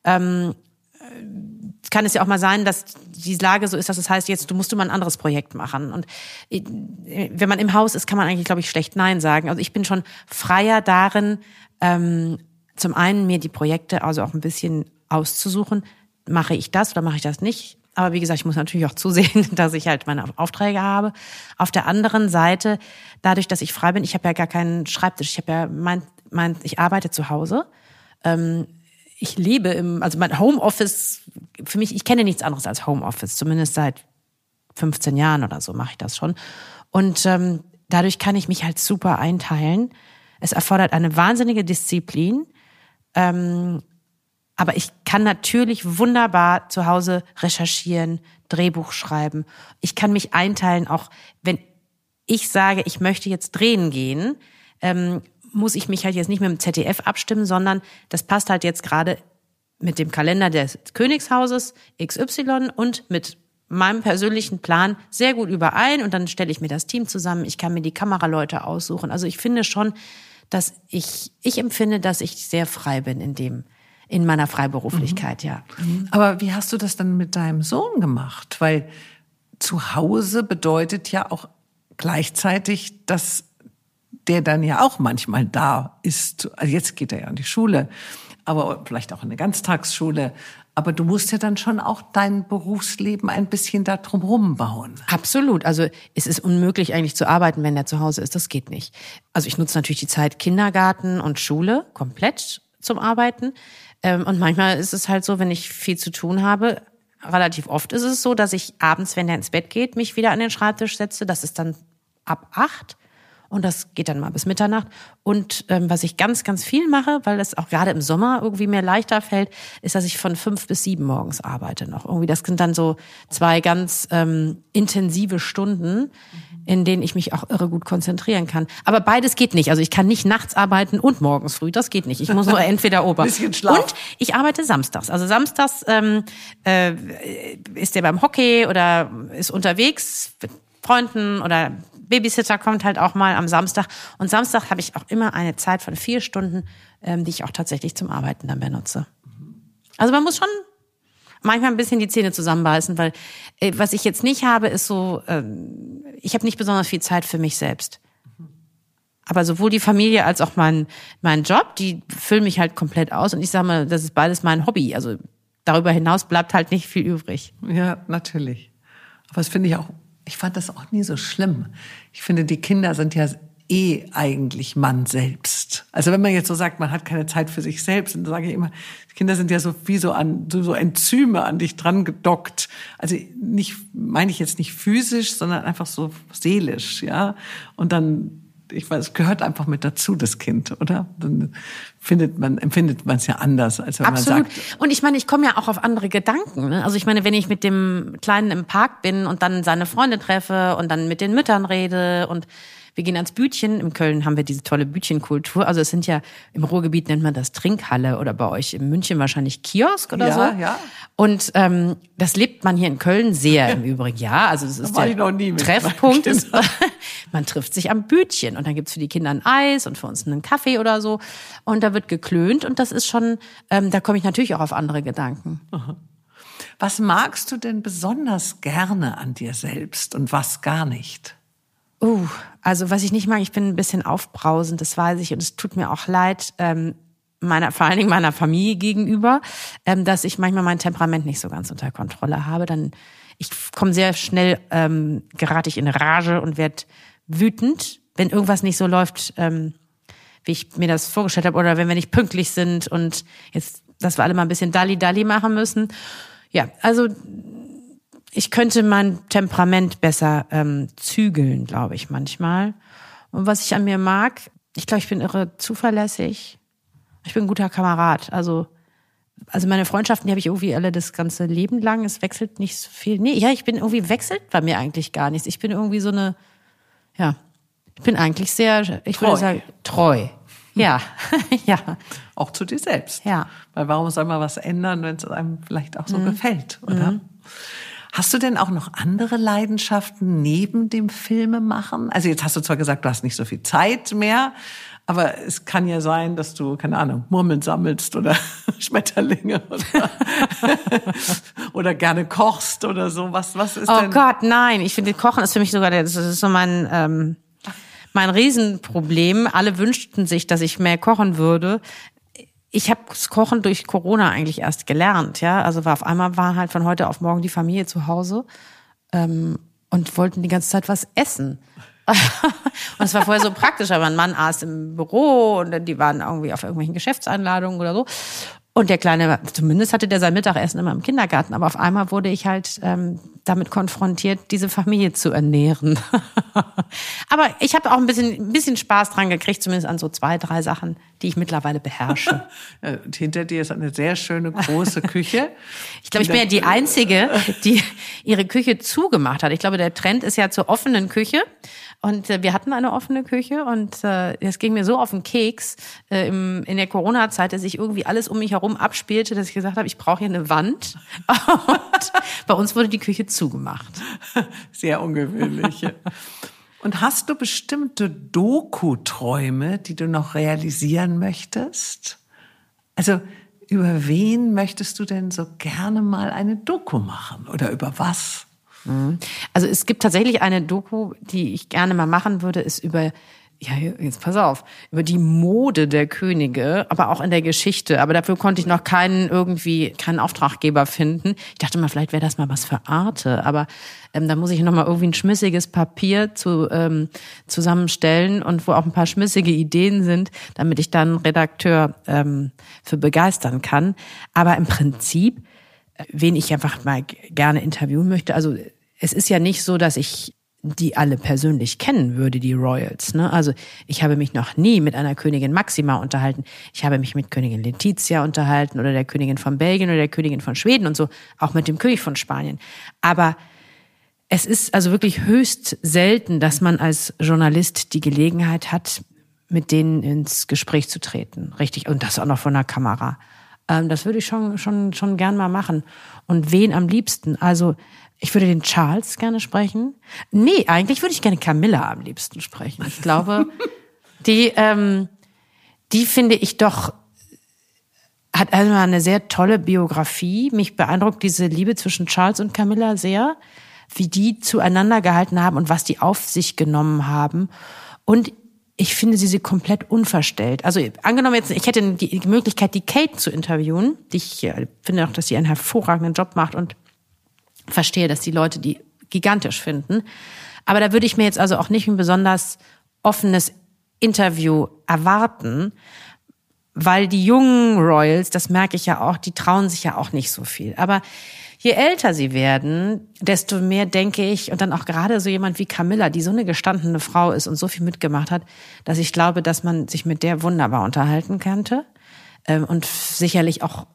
kann es ja auch mal sein, dass die Lage so ist, dass es heißt, jetzt musst du mal ein anderes Projekt machen. Und wenn man im Haus ist, kann man eigentlich, glaube ich, schlecht Nein sagen. Also ich bin schon freier darin, zum einen mir die Projekte also auch ein bisschen auszusuchen. Mache ich das oder mache ich das nicht? Aber wie gesagt, ich muss natürlich auch zusehen, dass ich halt meine Aufträge habe. Auf der anderen Seite, dadurch, dass ich frei bin, ich habe ja gar keinen Schreibtisch. Ich habe ja ich arbeite zu Hause. Ich lebe also mein Homeoffice, für mich, ich kenne nichts anderes als Homeoffice, zumindest seit 15 Jahren oder so mache ich das schon. Und dadurch kann ich mich halt super einteilen. Es erfordert eine wahnsinnige Disziplin, aber ich kann natürlich wunderbar zu Hause recherchieren, Drehbuch schreiben. Ich kann mich einteilen, auch wenn ich sage, ich möchte jetzt drehen gehen, muss ich mich halt jetzt nicht mit dem ZDF abstimmen, sondern das passt halt jetzt gerade mit dem Kalender des Königshauses XY und mit meinem persönlichen Plan sehr gut überein und dann stelle ich mir das Team zusammen, ich kann mir die Kameraleute aussuchen. Also ich finde schon, dass ich empfinde, dass ich sehr frei bin in meiner Freiberuflichkeit, ja. Aber wie hast du das dann mit deinem Sohn gemacht? Weil zu Hause bedeutet ja auch gleichzeitig, dass der dann ja auch manchmal da ist. Also jetzt geht er ja in die Schule, aber vielleicht auch in eine Ganztagsschule. Aber du musst ja dann schon auch dein Berufsleben ein bisschen da drumherum bauen. Absolut. Also es ist unmöglich eigentlich zu arbeiten, wenn der zu Hause ist. Das geht nicht. Also ich nutze natürlich die Zeit Kindergarten und Schule komplett zum Arbeiten. Und manchmal ist es halt so, wenn ich viel zu tun habe, relativ oft ist es so, dass ich abends, wenn er ins Bett geht, mich wieder an den Schreibtisch setze. Das ist dann ab 8. Und das geht dann mal bis Mitternacht. Und was ich ganz, ganz viel mache, weil das auch gerade im Sommer irgendwie mir leichter fällt, ist, dass ich von 5 bis 7 morgens arbeite noch. Irgendwie, das sind dann so 2 ganz intensive Stunden, in denen ich mich auch irre gut konzentrieren kann. Aber beides geht nicht. Also ich kann nicht nachts arbeiten und morgens früh. Das geht nicht. Ich muss nur entweder ober. Bisschen Schlaf. Und ich arbeite samstags. Also samstags ist der beim Hockey oder ist unterwegs. Freunden oder Babysitter kommt halt auch mal am Samstag. Und Samstag habe ich auch immer eine Zeit von 4 Stunden, die ich auch tatsächlich zum Arbeiten dann benutze. Also man muss schon manchmal ein bisschen die Zähne zusammenbeißen, weil was ich jetzt nicht habe, ist so, ich habe nicht besonders viel Zeit für mich selbst. Aber sowohl die Familie als auch mein Job, die füllen mich halt komplett aus. Und ich sage mal, das ist beides mein Hobby. Also darüber hinaus bleibt halt nicht viel übrig. Ja, natürlich. Aber das finde ich auch, ich fand das auch nie so schlimm. Ich finde, die Kinder sind ja eigentlich man selbst. Also wenn man jetzt so sagt, man hat keine Zeit für sich selbst, dann sage ich immer, die Kinder sind ja so wie so Enzyme an dich dran gedockt. Also meine ich jetzt nicht physisch, sondern einfach so seelisch, ja. Und dann, ich weiß, es gehört einfach mit dazu, das Kind, oder? Dann empfindet man es ja anders, als wenn Absolut. man sagt. Und ich meine, ich komme ja auch auf andere Gedanken. Ne? Also ich meine, wenn ich mit dem Kleinen im Park bin und dann seine Freunde treffe und dann mit den Müttern rede und wir gehen ans Bütchen. In Köln haben wir diese tolle Bütchenkultur. Also es sind ja, im Ruhrgebiet nennt man das Trinkhalle oder bei euch in München wahrscheinlich Kiosk oder so. Ja. Und das lebt man hier in Köln sehr im Übrigen. Ja, also das ist der Treffpunkt. Man trifft sich am Bütchen und dann gibt's für die Kinder ein Eis und für uns einen Kaffee oder so. Und da wird geklönt und das ist schon, da komme ich natürlich auch auf andere Gedanken. Was magst du denn besonders gerne an dir selbst und was gar nicht? Also was ich nicht mag, ich bin ein bisschen aufbrausend, das weiß ich. Und es tut mir auch leid, vor allen Dingen meiner Familie gegenüber, dass ich manchmal mein Temperament nicht so ganz unter Kontrolle habe. Ich komme sehr schnell, gerate ich in Rage und werde wütend, wenn irgendwas nicht so läuft, wie ich mir das vorgestellt habe. Oder wenn wir nicht pünktlich sind und jetzt, dass wir alle mal ein bisschen Dalli machen müssen. Ja, also ich könnte mein Temperament besser zügeln, glaube ich, manchmal. Und was ich an mir mag, ich glaube, ich bin irre zuverlässig. Ich bin ein guter Kamerad. Also meine Freundschaften, die habe ich irgendwie alle das ganze Leben lang. Es wechselt nicht so viel. Nee, ja, wechselt bei mir eigentlich gar nichts. Ich bin irgendwie ich bin eigentlich sehr, ich würde sagen, treu. Ja, ja. Auch zu dir selbst. Ja. Weil warum soll man was ändern, wenn es einem vielleicht auch so gefällt, oder? Hast du denn auch noch andere Leidenschaften neben dem Filmemachen? Also jetzt hast du zwar gesagt, du hast nicht so viel Zeit mehr, aber es kann ja sein, dass du, keine Ahnung, Murmeln sammelst oder Schmetterlinge oder gerne kochst oder so. Was ist denn? Oh Gott, nein. Ich finde, Kochen ist für mich sogar, das ist so mein Riesenproblem. Alle wünschten sich, dass ich mehr kochen würde. Ich habe das Kochen durch Corona eigentlich erst gelernt, ja. Also auf einmal war halt von heute auf morgen die Familie zu Hause und wollten die ganze Zeit was essen. Und es war vorher so praktisch, aber mein Mann aß im Büro und die waren irgendwie auf irgendwelchen Geschäftseinladungen oder so. Und der Kleine, zumindest hatte der sein Mittagessen immer im Kindergarten, aber auf einmal wurde ich halt damit konfrontiert, diese Familie zu ernähren. Aber ich habe auch ein bisschen Spaß dran gekriegt, zumindest an so 2, 3 Sachen, die ich mittlerweile beherrsche. Und hinter dir ist eine sehr schöne große Küche. Ich glaube, ich bin ja die Einzige, die ihre Küche zugemacht hat. Ich glaube, der Trend ist ja zur offenen Küche. Und wir hatten eine offene Küche und es ging mir so auf den Keks in der Corona-Zeit, dass sich irgendwie alles um mich herum abspielte, dass ich gesagt habe, ich brauche hier eine Wand. Und bei uns wurde die Küche zugemacht. Sehr ungewöhnlich. Und hast du bestimmte Doku-Träume, die du noch realisieren möchtest? Also über wen möchtest du denn so gerne mal eine Doku machen oder über was? Also es gibt tatsächlich eine Doku, die ich gerne mal machen würde, ist über, ja, jetzt pass auf, über die Mode der Könige, aber auch in der Geschichte. Aber dafür konnte ich noch keinen Auftraggeber finden. Ich dachte mal, vielleicht wäre das mal was für Arte. Aber da muss ich noch mal irgendwie ein schmissiges Papier zusammenstellen und wo auch ein paar schmissige Ideen sind, damit ich dann einen Redakteur für begeistern kann. Aber im Prinzip, wen ich einfach mal gerne interviewen möchte, also es ist ja nicht so, dass ich die alle persönlich kennen würde, die Royals, ne? Also ich habe mich noch nie mit einer Königin Maxima unterhalten. Ich habe mich mit Königin Letizia unterhalten oder der Königin von Belgien oder der Königin von Schweden und so, auch mit dem König von Spanien. Aber es ist also wirklich höchst selten, dass man als Journalist die Gelegenheit hat, mit denen ins Gespräch zu treten. Richtig, und das auch noch von der Kamera. Das würde ich schon gern mal machen. Und wen am liebsten? Also ich würde den Charles gerne sprechen. Nee, eigentlich würde ich gerne Camilla am liebsten sprechen. Ich glaube, die finde ich doch, hat einmal eine sehr tolle Biografie. Mich beeindruckt diese Liebe zwischen Charles und Camilla sehr, wie die zueinander gehalten haben und was die auf sich genommen haben. Und ich finde sie komplett unverstellt. Also angenommen jetzt, ich hätte die Möglichkeit, die Kate zu interviewen. Ich finde auch, dass sie einen hervorragenden Job macht und verstehe, dass die Leute die gigantisch finden. Aber da würde ich mir jetzt also auch nicht ein besonders offenes Interview erwarten, weil die jungen Royals, das merke ich ja auch, die trauen sich ja auch nicht so viel. Aber je älter sie werden, desto mehr denke ich, und dann auch gerade so jemand wie Camilla, die so eine gestandene Frau ist und so viel mitgemacht hat, dass ich glaube, dass man sich mit der wunderbar unterhalten könnte und sicherlich auch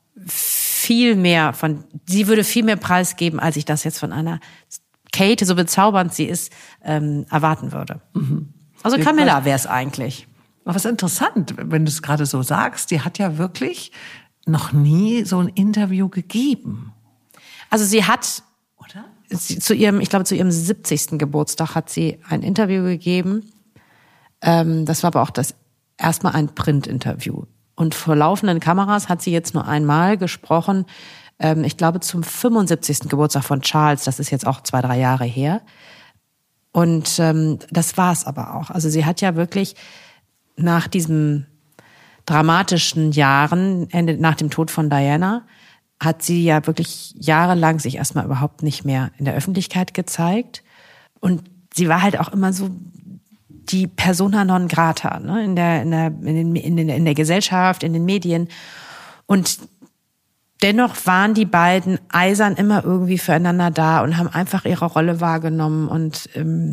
sie würde viel mehr preisgeben, als ich das jetzt von einer Kate, so bezaubernd sie ist, erwarten würde. Mhm. Also Camilla wäre es eigentlich. Aber was interessant, wenn du es gerade so sagst, die hat ja wirklich noch nie so ein Interview gegeben. Also sie hat, oder? Zu ihrem 70. Geburtstag hat sie ein Interview gegeben. Das war aber auch erstmal ein Print-Interview. Und vor laufenden Kameras hat sie jetzt nur einmal gesprochen. Ich glaube zum 75. Geburtstag von Charles. Das ist jetzt auch 2-3 Jahre her. Und das war's aber auch. Also sie hat ja wirklich nach diesen dramatischen Jahren, nach dem Tod von Diana, hat sie ja wirklich jahrelang sich erstmal überhaupt nicht mehr in der Öffentlichkeit gezeigt. Und sie war halt auch immer so die Persona non grata, ne? in der Gesellschaft, in den Medien. Und dennoch waren die beiden eisern immer irgendwie füreinander da und haben einfach ihre Rolle wahrgenommen. Und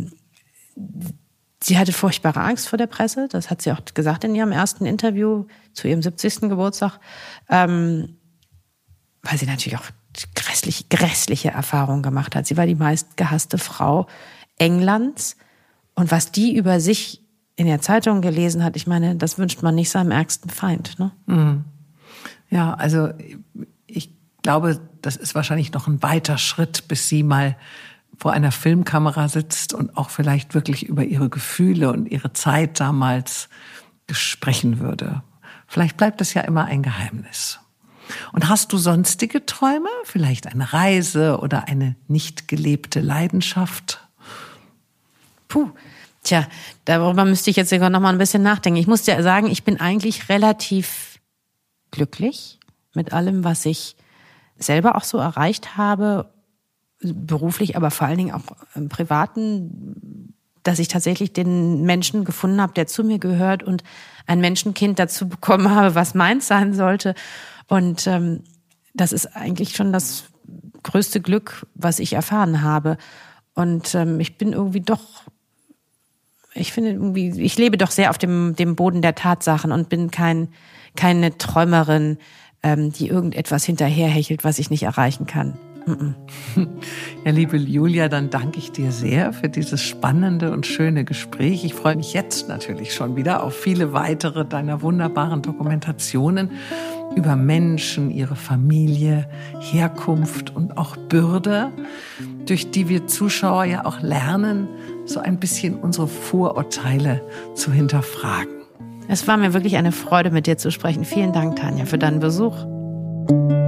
sie hatte furchtbare Angst vor der Presse. Das hat sie auch gesagt in ihrem ersten Interview zu ihrem 70. Geburtstag. Weil sie natürlich auch grässliche Erfahrungen gemacht hat. Sie war die meistgehasste Frau Englands. Und was die über sich in der Zeitung gelesen hat, ich meine, das wünscht man nicht seinem ärgsten Feind. Ne? Mhm. Ja, also ich glaube, das ist wahrscheinlich noch ein weiter Schritt, bis sie mal vor einer Filmkamera sitzt und auch vielleicht wirklich über ihre Gefühle und ihre Zeit damals sprechen würde. Vielleicht bleibt es ja immer ein Geheimnis. Und hast du sonstige Träume? Vielleicht eine Reise oder eine nicht gelebte Leidenschaft? Tja, darüber müsste ich jetzt sogar noch mal ein bisschen nachdenken. Ich muss dir sagen, ich bin eigentlich relativ glücklich mit allem, was ich selber auch so erreicht habe, beruflich, aber vor allen Dingen auch im Privaten, dass ich tatsächlich den Menschen gefunden habe, der zu mir gehört und ein Menschenkind dazu bekommen habe, was meins sein sollte. Und das ist eigentlich schon das größte Glück, was ich erfahren habe. Und ich bin irgendwie doch, ich lebe doch sehr auf dem Boden der Tatsachen und bin keine Träumerin, die irgendetwas hinterherhechelt, was ich nicht erreichen kann. Ja, liebe Julia, dann danke ich dir sehr für dieses spannende und schöne Gespräch. Ich freue mich jetzt natürlich schon wieder auf viele weitere deiner wunderbaren Dokumentationen über Menschen, ihre Familie, Herkunft und auch Bürde, durch die wir Zuschauer ja auch lernen, so ein bisschen unsere Vorurteile zu hinterfragen. Es war mir wirklich eine Freude, mit dir zu sprechen. Vielen Dank, Tanja, für deinen Besuch.